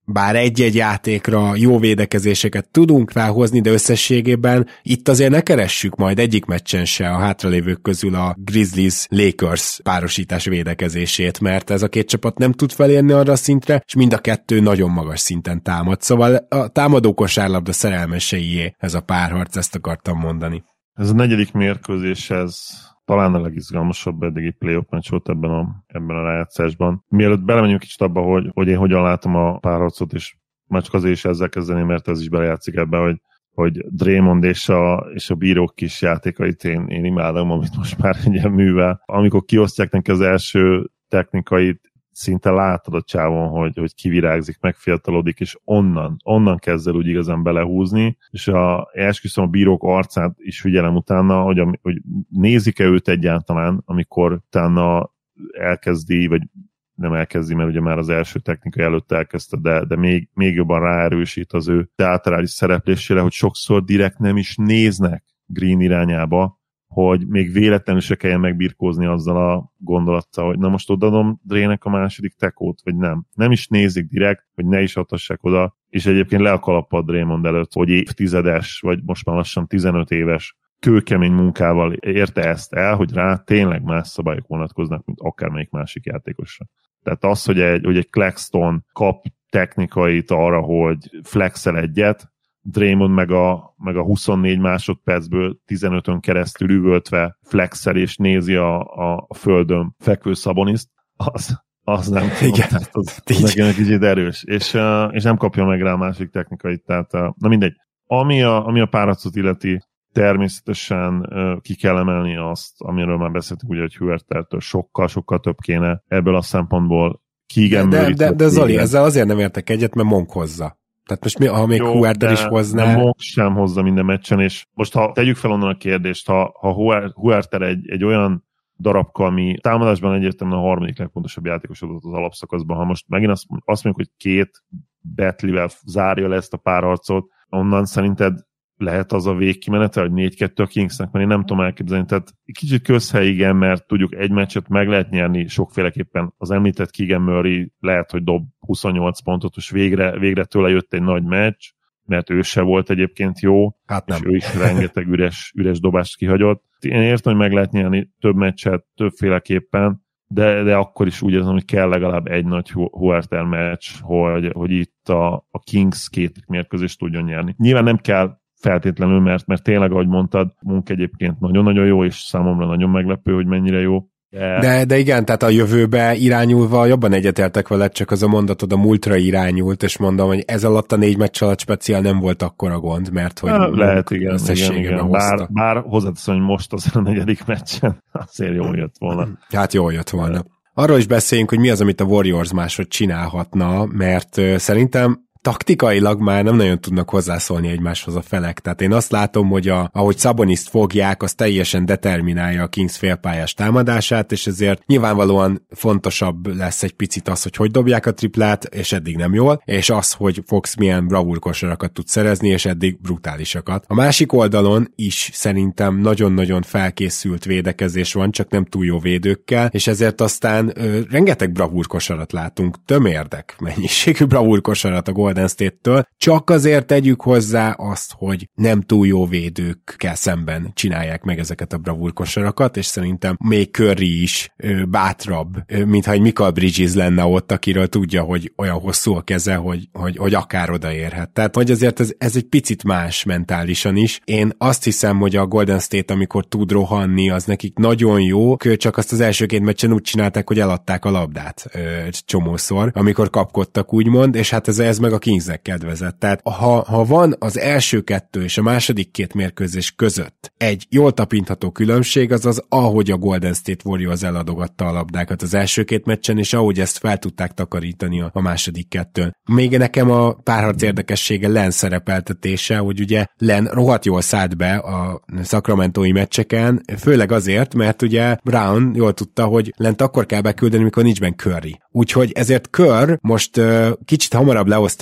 bár egy-egy játékra jó védekezéseket tudunk felhozni, de összességében itt azért ne keressük majd egyik meccsen se a hátralévők közül a Grizzlies-Lakers párosítás védekezését, mert ez a két csapat nem tud felérni arra a szintre, és mind a kettő nagyon magas szinten támad. Szóval a támadó kosárlabda szerelmeseié ez a párharc, ezt akartam mondani. Ez a negyedik mérkőzés, ez talán a legizgalmasabb eddigi playoff meccs volt ebben a, ebben a rájátszásban. Mielőtt belemenjünk kicsit abba, hogy, hogy én hogyan látom a párharcot, és már csak azért is ezzel kezdeni, mert ez is belejátszik ebbe, hogy, hogy Draymond és a, és a bírók kis játékait én, én imádom, amit most már ugye művel. Amikor kiosztják neki az első technikait, szinte látod a csávon, hogy, hogy kivirágzik, megfiatalodik, és onnan, onnan kezd el úgy igazán belehúzni, és a, esküszöm a bírók arcát is figyelem utána, hogy, hogy nézik-e őt egyáltalán, amikor utána elkezdi, vagy nem elkezdi, mert ugye már az első technika előtt elkezdte, de, de még, még jobban ráerősít az ő teátrális szereplésére, hogy sokszor direkt nem is néznek Green irányába, hogy még véletlenül se kelljen megbirkózni azzal a gondolattal, hogy na most odaadom Drének a második tekót, vagy nem. Nem is nézik direkt, hogy ne is adhassák oda, és egyébként le a kalappal Draymond előtt, hogy évtizedes, vagy most már lassan tizenöt éves kőkemény munkával érte ezt el, hogy rá tényleg más szabályok vonatkoznak, mint akármelyik másik játékosra. Tehát az, hogy egy, hogy egy Claxton kap technikait arra, hogy flexel egyet, Draymond meg a, meg a huszonnégy másodpercből tizenötön keresztül üvöltve flexel és nézi a, a, a földön fekvő Szaboniszt, az, az nem tudom, igen, tehát az, az nekem egy kicsit erős, és, és nem kapja meg rá a másik technikait, tehát na mindegy. Ami a, ami a párharcot illeti, természetesen ki kell emelni azt, amiről már beszéltünk, ugye, hogy Huertertől sokkal-sokkal több kéne ebből a szempontból Keegan De, Murray. de, de, de Zoli, ezzel azért nem értek egyet, mert Monk hozza. Tehát most mi, ha még Huerter is hozná... De Monk sem hozza minden meccsen, és most ha tegyük fel onnan a kérdést, ha, ha Huerter egy, egy olyan darabka, ami támadásban egyértelműen a harmadik legfontosabb játékos adott az alapszakaszban, ha most megint azt, azt mondjuk, hogy két Betlivel zárja le ezt a párharcot, onnan szerinted lehet az a végkimenete, hogy négy kettő a Kingsnek, mert én nem tudom elképzelni. Tehát kicsit közhely, igen, mert tudjuk, egy meccset meg lehet nyerni sokféleképpen. Az említett Keegan Murray lehet, hogy dob huszonnyolc pontot, és végre, végre tőle jött egy nagy meccs, mert ő se volt egyébként jó, hát nem. És ő is rengeteg üres, üres dobást kihagyott. Én értem, hogy meg lehet nyerni több meccset többféleképpen, de, de akkor is úgy érzem, hogy kell legalább egy nagy Huerter meccs, hogy, hogy itt a, a Kings két mérkőzést tudjon nyerni. Nyilván nem kell feltétlenül, mert, mert tényleg, ahogy mondtad, Monk egyébként nagyon-nagyon jó, és számomra nagyon meglepő, hogy mennyire jó. De... De, de igen, tehát a jövőbe irányulva jobban egyetértek veled, csak az a mondatod a múltra irányult, és mondom, hogy ez alatt a négy meccs alatt speciál nem volt akkora gond, mert hogy ja, lehet, igen, igen, igen. Bár, bár hozzáteszem, hogy most az a negyedik meccsen azért jól jött volna. Hát jól jött volna. Arról is beszéljünk, hogy mi az, amit a Warriors máshogy csinálhatna, mert uh, szerintem taktikailag már nem nagyon tudnak hozzászólni egymáshoz a felek. Tehát én azt látom, hogy a, ahogy Szaboniszt fogják, az teljesen determinálja a Kings félpályás támadását, és ezért nyilvánvalóan fontosabb lesz egy picit az, hogy hogy dobják a triplát, és eddig nem jól, és az, hogy Fox milyen bravúrkosarakat tud szerezni, és eddig brutálisakat. A másik oldalon is szerintem nagyon-nagyon felkészült védekezés van, csak nem túl jó védőkkel, és ezért aztán ö, rengeteg bravúrkosarat látunk, tömérdek mennyiségű bravúrkosarat a Golden State-től, csak azért tegyük hozzá azt, hogy nem túl jó védőkkel szemben csinálják meg ezeket a bravúrkosarakat, és szerintem még Curry is ö, bátrabb, ö, mintha egy Michael Bridges lenne ott, akiről tudja, hogy olyan hosszú a keze, hogy, hogy, hogy akár odaérhet. Tehát, hogy azért ez, ez egy picit más mentálisan is. Én azt hiszem, hogy a Golden State, amikor tud rohanni, az nekik nagyon jó, csak azt az első két meccsen úgy csinálták, hogy eladták a labdát ö, csomószor, amikor kapkodtak, úgymond, és hát ez, ez meg a Kingsnek kedvezett. Tehát ha, ha van az első kettő és a második két mérkőzés között egy jól tapintható különbség, az az, ahogy a Golden State Warriors eladogatta a labdákat az első két meccsen, és ahogy ezt fel tudták takarítani a, a második kettőn. Még nekem a párharc érdekessége Len szerepeltetése, hogy ugye Len rohadt jól szállt be a sacramentói meccseken, főleg azért, mert ugye Brown jól tudta, hogy Lent akkor kell beküldeni, mikor nincs benne Curry. Úgyhogy ezért Kerr most uh, kicsit hamarabb lehozta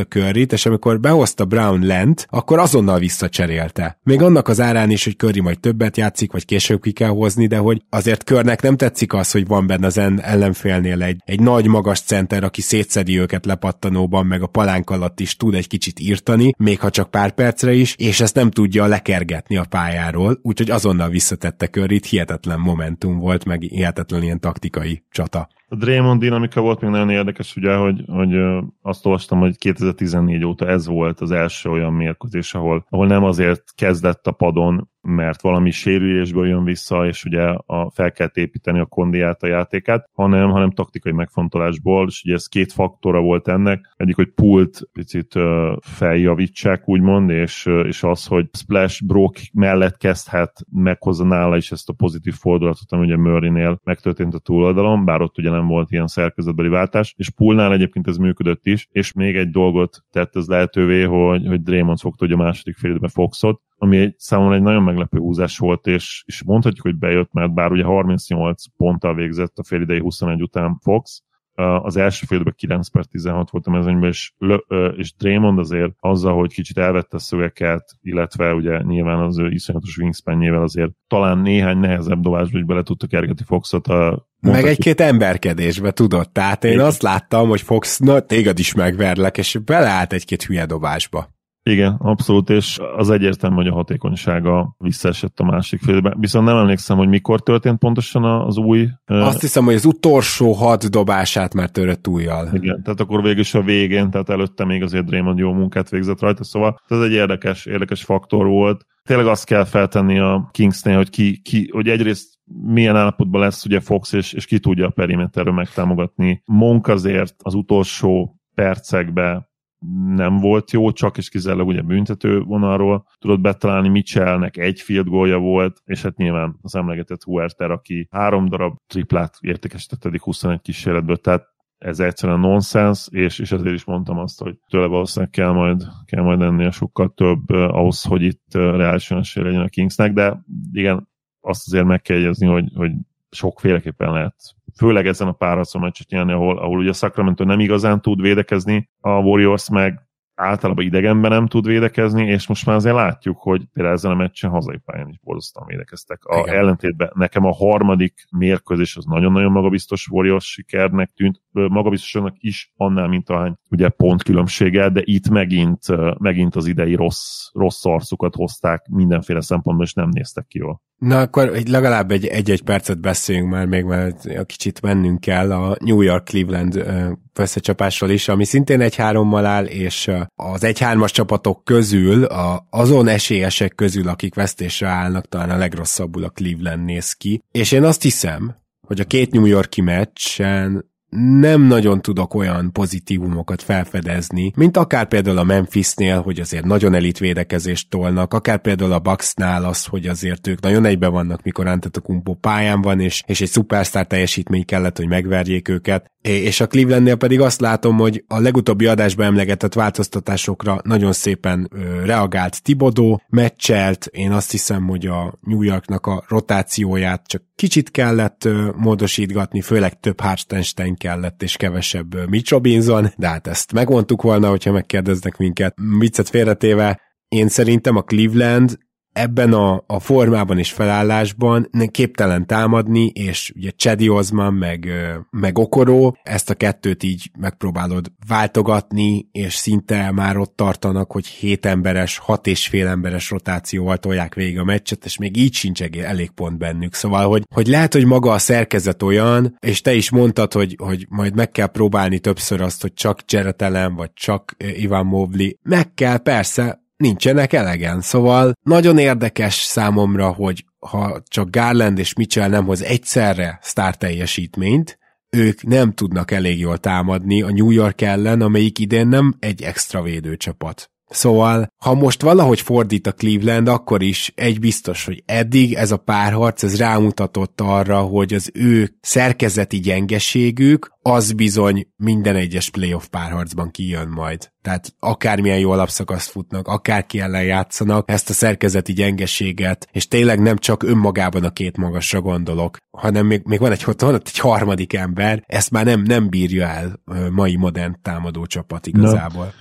Curryt, és amikor behozta Brown lent, akkor azonnal visszacserélte. Még annak az árán is, hogy Curry majd többet játszik, vagy később ki kell hozni, de hogy azért Körnek nem tetszik az, hogy van benne az ellenfélnél egy, egy nagy magas center, aki szétszedi őket lepattanóban, meg a palánk alatt is tud egy kicsit írtani, még ha csak pár percre is, és ezt nem tudja lekergetni a pályáról, úgyhogy azonnal visszatette Curryt, hihetetlen momentum volt, meg hihetetlen ilyen taktikai csata. A Draymond dinamika volt még nagyon érdekes, ugye, hogy, hogy azt olvastam, hogy kétezer-tizennégy óta ez volt az első olyan mérkőzés, ahol, ahol nem azért kezdett a padon, mert valami sérülésből jön vissza, és ugye a, fel kell építeni a kondiát, a játékát, hanem, hanem taktikai megfontolásból, és ugye ez két faktora volt ennek. Egyik, hogy pult picit uh, feljavítsák, úgymond, és, uh, és az, hogy Splash Brook mellett kezdhet, meghozza nála is ezt a pozitív fordulatot, ami ugye Murraynél megtörtént a túloldalon, bár ott ugye nem volt ilyen szerkezetbeli váltás, és Poolnál egyébként ez működött is, és még egy dolgot tett ez lehetővé, hogy, hogy Draymond fogta ugye a második fél időben Foxot, ami egy, számomra egy nagyon meglepő húzás volt, és, és mondhatjuk, hogy bejött, mert bár ugye harmincnyolc ponttal végzett a félidei huszonegy után Fox, az első fél időben kilenc per tizenhat volt a mezőnyben, és, és Draymond azért azzal, hogy kicsit elvette a szögeket, illetve ugye nyilván az ő iszonyatos wingspanjével azért talán néhány nehezebb dobásba is bele tudta kergetni Foxot. A, meg egy-két emberkedésbe tudott, tehát én, én azt láttam, hogy Fox, na téged is megverlek, és beleállt egy-két hülye dobásba. Igen, abszolút, és az egyértelmű, hogy a hatékonysága visszaesett a másik félbe. Viszont nem emlékszem, hogy mikor történt pontosan az új... Azt hiszem, hogy az utolsó hat dobását már törött újjal. Igen, tehát akkor végül is a végén, tehát előtte még azért Draymond jó munkát végzett rajta, szóval ez egy érdekes, érdekes faktor volt. Tényleg azt kell feltenni a Kingsnél, hogy, ki, ki, hogy egyrészt milyen állapotban lesz ugye Fox, és, és ki tudja a periméterről megtámogatni. Monk azért az utolsó percekben nem volt jó, csak és kizárólag ugye büntető vonalról tudott betalálni, Mitchellnek egy field gólja volt, és hát nyilván az emlegetett Huerter, aki három darab triplát értékesített eddig huszonegy kísérletből, tehát ez egyszerűen nonsens, és, és ezért is mondtam azt, hogy tőle valószínűleg kell majd, kell majd ennél sokkal több uh, ahhoz, hogy itt uh, reálisan esély legyen a Kingsnek, de igen, azt azért meg kell jegyezni, hogy, hogy sokféleképpen lehet főleg ezen a párharcon meccset nyerni, ahol, ahol ugye a Sacramento nem igazán tud védekezni, a Warriors meg általában idegenben nem tud védekezni, és most már azért látjuk, hogy például ezen a meccsen hazai pályán is borzasztóan védekeztek. A igen. Ellentétben nekem a harmadik mérkőzés az nagyon-nagyon magabiztos Warriors sikernek tűnt, magabiztosnak is annál, mint ahány ugye pont különbséggel, de itt megint, megint az idei rossz, rossz arcukat hozták mindenféle szempontból, és nem néztek ki jól. Na akkor legalább egy, egy-egy percet beszéljünk már, még mert kicsit mennünk kell a New York-Cleveland összecsapásról is, ami szintén egy hárommal áll, és az egy-hármas csapatok közül, a, azon esélyesek közül, akik vesztésre állnak, talán a legrosszabbul a Cleveland néz ki. És én azt hiszem, hogy a két New York-i meccsen nem nagyon tudok olyan pozitívumokat felfedezni, mint akár például a Memphisnél, hogy azért nagyon elit védekezést tolnak, akár például a Bucksnál az, hogy azért ők nagyon egybe vannak, mikor Antetokounmpo pályán van, és, és egy szupersztár teljesítmény kellett, hogy megverjék őket. És a Clevelandnél pedig azt látom, hogy a legutóbbi adásban emlegetett változtatásokra nagyon szépen ö, reagált Thibodeau, meccselt, én azt hiszem, hogy a New Yorknak a rotációját csak kicsit kellett ö, módosítgatni, főleg több Hartenstein kellett, és kevesebb ö, Mitch Robinson, de hát ezt megmondtuk volna, hogyha megkérdeznek minket. Viccet félretéve, én szerintem a Cleveland ebben a, a formában és felállásban képtelen támadni, és ugye Cedi Osman meg, meg Okoro, ezt a kettőt így megpróbálod váltogatni, és szinte már ott tartanak, hogy hét emberes, hat és fél emberes rotációval tolják végig a meccset, és még így sincs elég pont bennük. Szóval, hogy, hogy lehet, hogy maga a szerkezet olyan, és te is mondtad, hogy, hogy majd meg kell próbálni többször azt, hogy csak Jarrett Allen, vagy csak Evan Mobley. Meg kell, persze, nincsenek elegen, szóval nagyon érdekes számomra, hogy ha csak Garland és Mitchell nem hoz egyszerre sztár teljesítményt, ők nem tudnak elég jól támadni a New York ellen, amelyik idén nem egy extra védőcsapat. Szóval, ha most valahogy fordít a Cleveland, akkor is egy biztos, hogy eddig ez a párharc, ez rámutatott arra, hogy az ő szerkezeti gyengeségük, az bizony minden egyes playoff párharcban kijön majd. Tehát akármilyen jó alapszakaszt futnak, akárki ellen játszanak, ezt a szerkezeti gyengeséget, és tényleg nem csak önmagában a két magasra gondolok, hanem még, még van, egy, van ott egy harmadik ember, ezt már nem, nem bírja el mai modern támadó csapat igazából. No.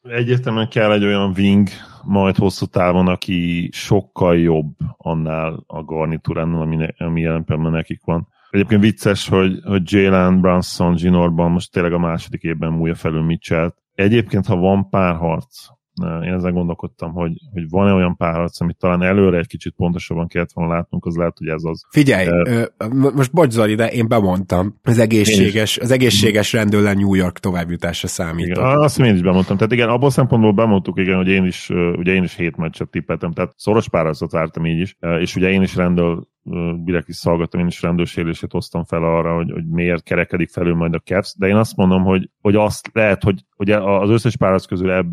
Egyértelműen kell egy olyan wing majd hosszú távon, aki sokkal jobb annál a garnitúránál, ami, ami jelen pillanatban nekik van. Egyébként vicces, hogy, hogy Jalen Brunson zsinórban most tényleg a második évben múlja felül Mitchell-t. Egyébként, ha van pár harc, én ezen gondolkodtam, hogy, hogy van-e olyan párharc, amit talán előre egy kicsit pontosabban kellett volna látnunk, az lehet, hogy ez az. Figyelj, uh, most bocs Zoli, de én bemondtam, az egészséges, az egészséges rendőlen New York továbbjutásra számított. Igen, azt én is bemondtam. Tehát igen, abból szempontból bemondtuk, igen, hogy én is, ugye én is hét meccset tippeltem, tehát szoros párharcot vártam így is, és ugye én is rendől direkt is szolgattam, én is rendőrsérülését hoztam fel arra, hogy, hogy miért kerekedik felül majd a Cavs, de én azt mondom, hogy, hogy azt lehet, hogy, hogy az összes párharc közül ebb,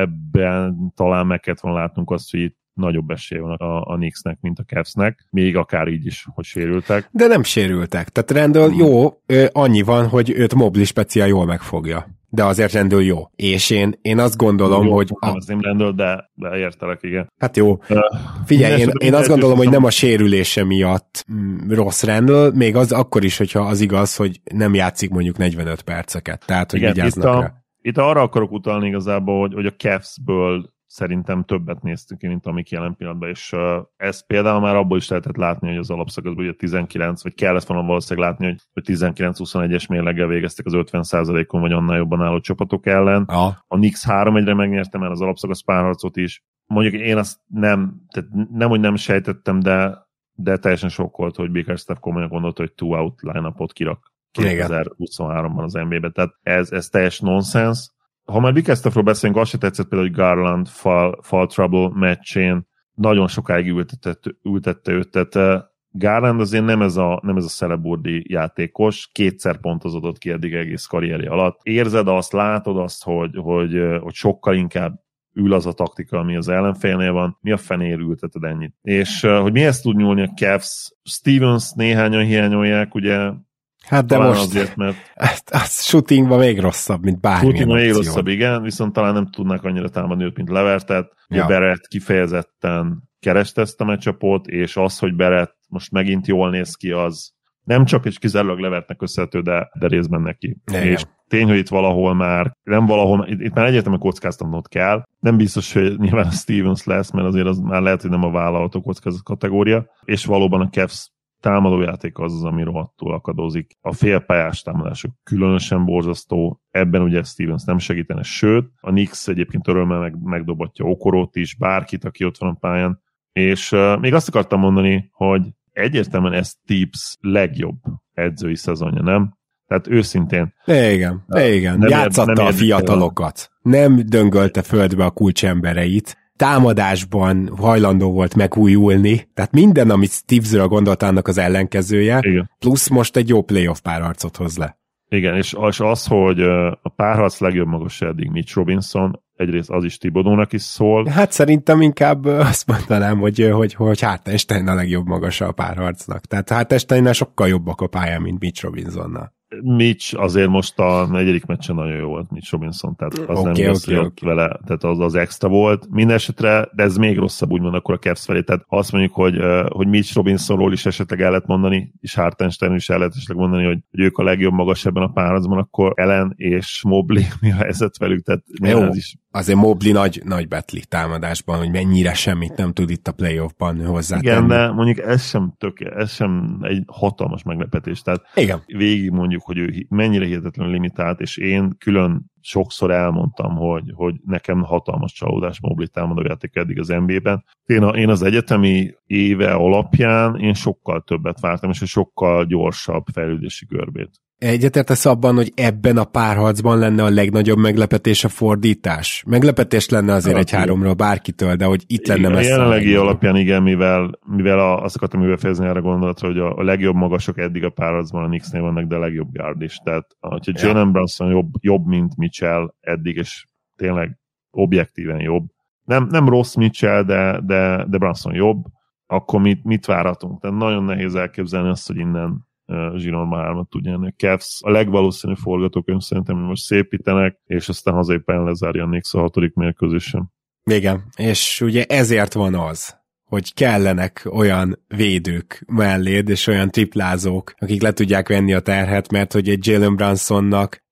ebben talán meg kellett volna látnunk azt, hogy itt nagyobb esély van a, a Knicksnek, mint a Cavsnek, még akár így is, hogy sérültek. De nem sérültek, tehát Randall hmm. jó, annyi van, hogy őt Mobley speciál jól megfogja. De azért Randall jó. És én, én azt gondolom, jó, hogy... Nem a... az nem Randall, de, de értelek, igen. Hát jó. Figyelj, én, én azt gondolom, hogy nem a sérülése miatt rossz Randall, még az akkor is, hogyha az igaz, hogy nem játszik mondjuk negyvenöt perceket. Tehát, hogy igen, vigyáznak itt a, rá. Itt arra akarok utalni igazából, hogy, hogy a Cavsből szerintem többet néztünk ki, mint amik jelen pillanatban, és uh, ez például már abból is lehetett látni, hogy az alapszakaszban ugye tizenkilenc, vagy kellett volna valószínűleg látni, hogy, hogy tizenkilenc huszonegyes mérleggel végeztek az ötven százalékon, vagy annál jobban álló csapatok ellen. Ah. A Knicks három egyre megnyerte már az alapszakasz párharcot is. Mondjuk én azt nem, tehát nem, hogy nem sejtettem, de, de teljesen sokkolt, hogy Bickerstaff komolyan gondolta, hogy two-out line-upot kirak kétezer-huszonháromban az en bé bé-be. Tehát ez, ez teljes nonsens. Ha már Bickerstaffról beszélünk, azt se tetszett például, hogy Garland fall, fall trouble meccsén nagyon sokáig ültette, ültette őt, tehát Garland azért nem ez a, nem ez a szeleburdi játékos, kétszer pontozódott ki eddig egész karrierje alatt. Érzed azt, látod azt, hogy, hogy, hogy sokkal inkább ül az a taktika, ami az ellenfélnél van, mi a fenér ülteted ennyit. És hogy mihez tud nyúlni a Cavs? Stevens néhányan hiányolják, ugye. Hát de most azért, mert a shootingban még rosszabb, mint bármilyen shootingban még rosszabb, igen, viszont talán nem tudnak annyira támadni őt, mint Levertet. Ja. Barrett kifejezetten kereste ezt a meccsapot, és az, hogy Barrett most megint jól néz ki, az nem csak és kizárólag Levertnek köszönhető, de, de részben neki. Igen. És tény, hogy itt valahol már, nem valahol, itt, itt már egyértelműen kockáztatnod kell. Nem biztos, hogy nyilván a Stevens lesz, mert azért az már lehet, hogy nem a vállalható kockázat kategória, és valóban a Cavs támadójáték az az, ami rohadtul akadózik. A félpályás támadások különösen borzasztó, ebben ugye Stevens nem segítene, sőt, a Knicks egyébként örömmel meg, megdobatja Okorót is, bárkit, aki ott van a pályán, és uh, még azt akartam mondani, hogy egyértelműen ez Tibbs legjobb edzői szezonja, nem? Tehát őszintén. Igen, igen. Játszatta ér, a fiatalokat. Nem döngölte földbe a kulcsembereit. Támadásban hajlandó volt megújulni, tehát minden, amit Stevesről gondolt, annak az ellenkezője, igen. Plusz most egy jó playoff párharcot hoz le. Igen, és az, hogy a párharc legjobb magas eddig Mitch Robinson, egyrészt az is Thibodeaunak is szól. Hát szerintem inkább azt mondanám, hogy, hogy, hogy Hartenstein a legjobb magasa a párharcnak. Tehát Hartensteinnel sokkal jobbak a pályán, mint Mitch Robinsonnal. Mitch azért most a negyedik meccsen nagyon jó volt Mitch Robinson, tehát az okay, nem okay, rossz, okay, okay. vele, tehát az az extra volt. Minden esetre, de ez még rosszabb úgymond akkor a Cavs felé, tehát azt mondjuk, hogy, hogy Mitch Robinsonról is esetleg el lehet mondani, és Hartensteinről is el lehet esetleg mondani, hogy, hogy ők a legjobb magas ebben a párharcban, akkor Allen és Mobley mi a helyzet velük, tehát jó, ez is. Azért Mobley nagy, nagy betli támadásban, hogy mennyire semmit nem tud itt a playoffban hozzátenni. Igen, de mondjuk ez sem tökéletes, ez sem egy hatalmas meglepetés, tehát igen. Végig mondjuk, hogy ő mennyire hihetetlenül limitált, és én külön sokszor elmondtam, hogy, hogy nekem hatalmas csalódás Mobley támadójáték eddig az en bé á-ben. Én, a, én az egyetemi éve alapján én sokkal többet vártam, és egy sokkal gyorsabb fejlődési görbét. Egyetértesz abban, hogy ebben a párharcban lenne a legnagyobb meglepetés a fordítás? Meglepetés lenne azért hát, egy háromról bárkitől, de hogy itt lenne messze. A jelenlegi alapján igen, mivel, mivel a, azt akartam mivel fejezni erre gondolatra, hogy a, a legjobb magasok eddig a párharcban a Knicksnél vannak, de a legjobb guard is. Tehát, hogyha ja. Jalen Brunson jobb, jobb, mint Mitchell eddig, és tényleg objektíven jobb. Nem, nem rossz Mitchell, de, de, de Brunson jobb, akkor mit, mit várhatunk? Tehát nagyon nehéz elképzelni azt, hogy innen zsinórban hármat tudják. Cavs a legvalószínűbb forgatókönyv szerintem, hogy most szépítenek, és aztán hazépen lezárja a Knicks a hatodik mérkőzésen. Igen, és ugye ezért van az, hogy kellenek olyan védők melléd, és olyan triplázók, akik le tudják venni a terhet, mert hogy egy Jalen Brunsonnak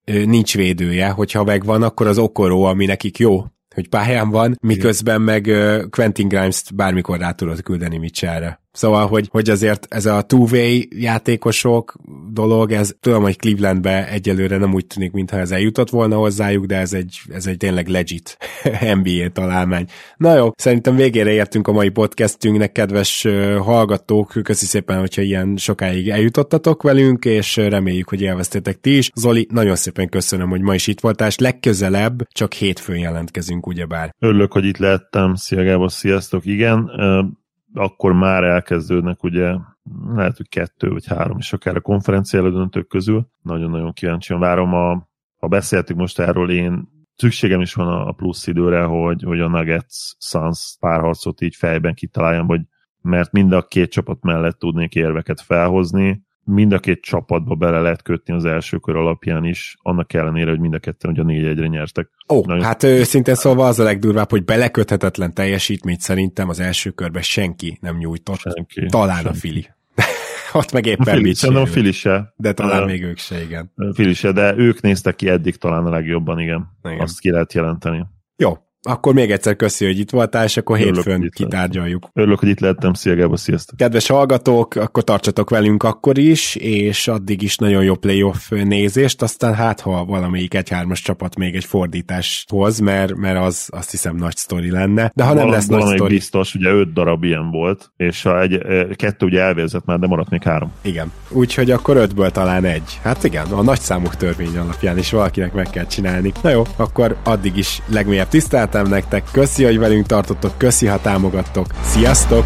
nincs védője, hogyha megvan, akkor az Okoro, ami nekik jó, hogy pályán van, miközben meg Quentin Grimes-t bármikor rá tudod küldeni Mitchellre. Szóval, hogy, hogy azért ez a two-way játékosok dolog, ez tudom, hogy Clevelandbe egyelőre nem úgy tűnik, mintha ez eljutott volna hozzájuk, de ez egy, ez egy tényleg legit en bé á találmány. Na jó, szerintem végére értünk a mai podcastünknek, kedves hallgatók, köszi szépen, hogyha ilyen sokáig eljutottatok velünk, és reméljük, hogy élveztétek ti is. Zoli, nagyon szépen köszönöm, hogy ma is itt voltál, és legközelebb csak hétfőn jelentkezünk, ugyebár. Örülök, hogy itt lehettem. Szia Gábor, sziasztok, igen. Akkor már elkezdődnek ugye, lehet, hogy kettő vagy három is akár a konferencia elődöntők közül. Nagyon-nagyon kíváncsian várom. A, ha beszéltük most erről, én szükségem is van a plusz időre, hogy, hogy a Nuggets Suns párharcot így fejben kitaláljam, hogy mert mind a két csapat mellett tudnék érveket felhozni, mind a két csapatba bele lehet kötni az első kör alapján is, annak ellenére, hogy mind a ketten ugye négy egyre nyertek. Ó, Nagyon hát őszintén szólva az a legdurvább, hogy beleköthetetlen teljesítményt szerintem az első körben senki nem nyújtott. Senki. Talán senki. A Fili. Ott meg éppen mit Szerintem a Fili se. De talán uh, még ők se, igen. Fili se, de ők néztek ki eddig talán a legjobban, igen. igen. Azt ki lehet jelenteni. Jó. Akkor még egyszer köszi, hogy itt voltál, és akkor Örülök, hétfőn kitárgyaljuk. Örülök, hogy itt lettem. Szia Gábor, sziasztok! Kedves hallgatók, akkor tartsatok velünk akkor is, és addig is nagyon jó playoff nézést, aztán hát, ha valamelyik egy-hármas csapat még egy fordítást hoz, mert, mert az azt hiszem nagy sztori lenne. De ha nem Valam, lesz nagy sztori... biztos, ugye öt darab ilyen volt, és ha egy, kettő ugye elvérzett már, de maradt még három. Igen, úgyhogy akkor ötből talán egy. Hát igen, a nagyszámok törvény alapján is valakinek meg kell csinálni. Na jó, akkor addig is legmélyebb tisztelt nektek. Köszi, hogy velünk tartottok, köszi, ha támogattok. Sziasztok!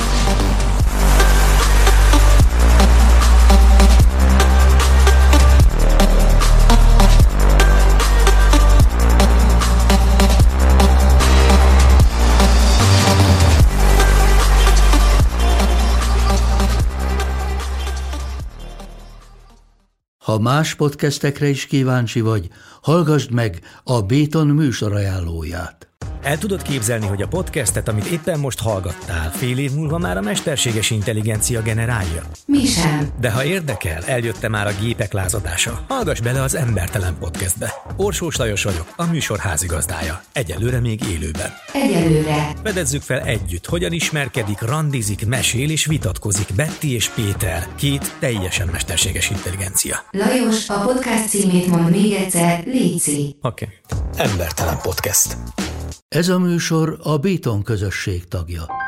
Ha más podcastekre is kíváncsi vagy, hallgassd meg a Béton műsor ajánlóját. El tudod képzelni, hogy a podcastet, amit éppen most hallgattál, fél év múlva már a mesterséges intelligencia generálja? Mi sem. De ha érdekel, eljött már a gépek lázadása. Hallgass bele az Embertelen Podcastbe. Orsós Lajos vagyok, a műsor házigazdája. Egyelőre még élőben. Egyelőre. Fedezzük fel együtt, hogyan ismerkedik, randizik, mesél és vitatkozik Betty és Péter, két teljesen mesterséges intelligencia. Lajos, a podcast címét mond még egyszer, léci. Oké. Okay. Embertelen Podcast. Ez a műsor a Béton közösség tagja.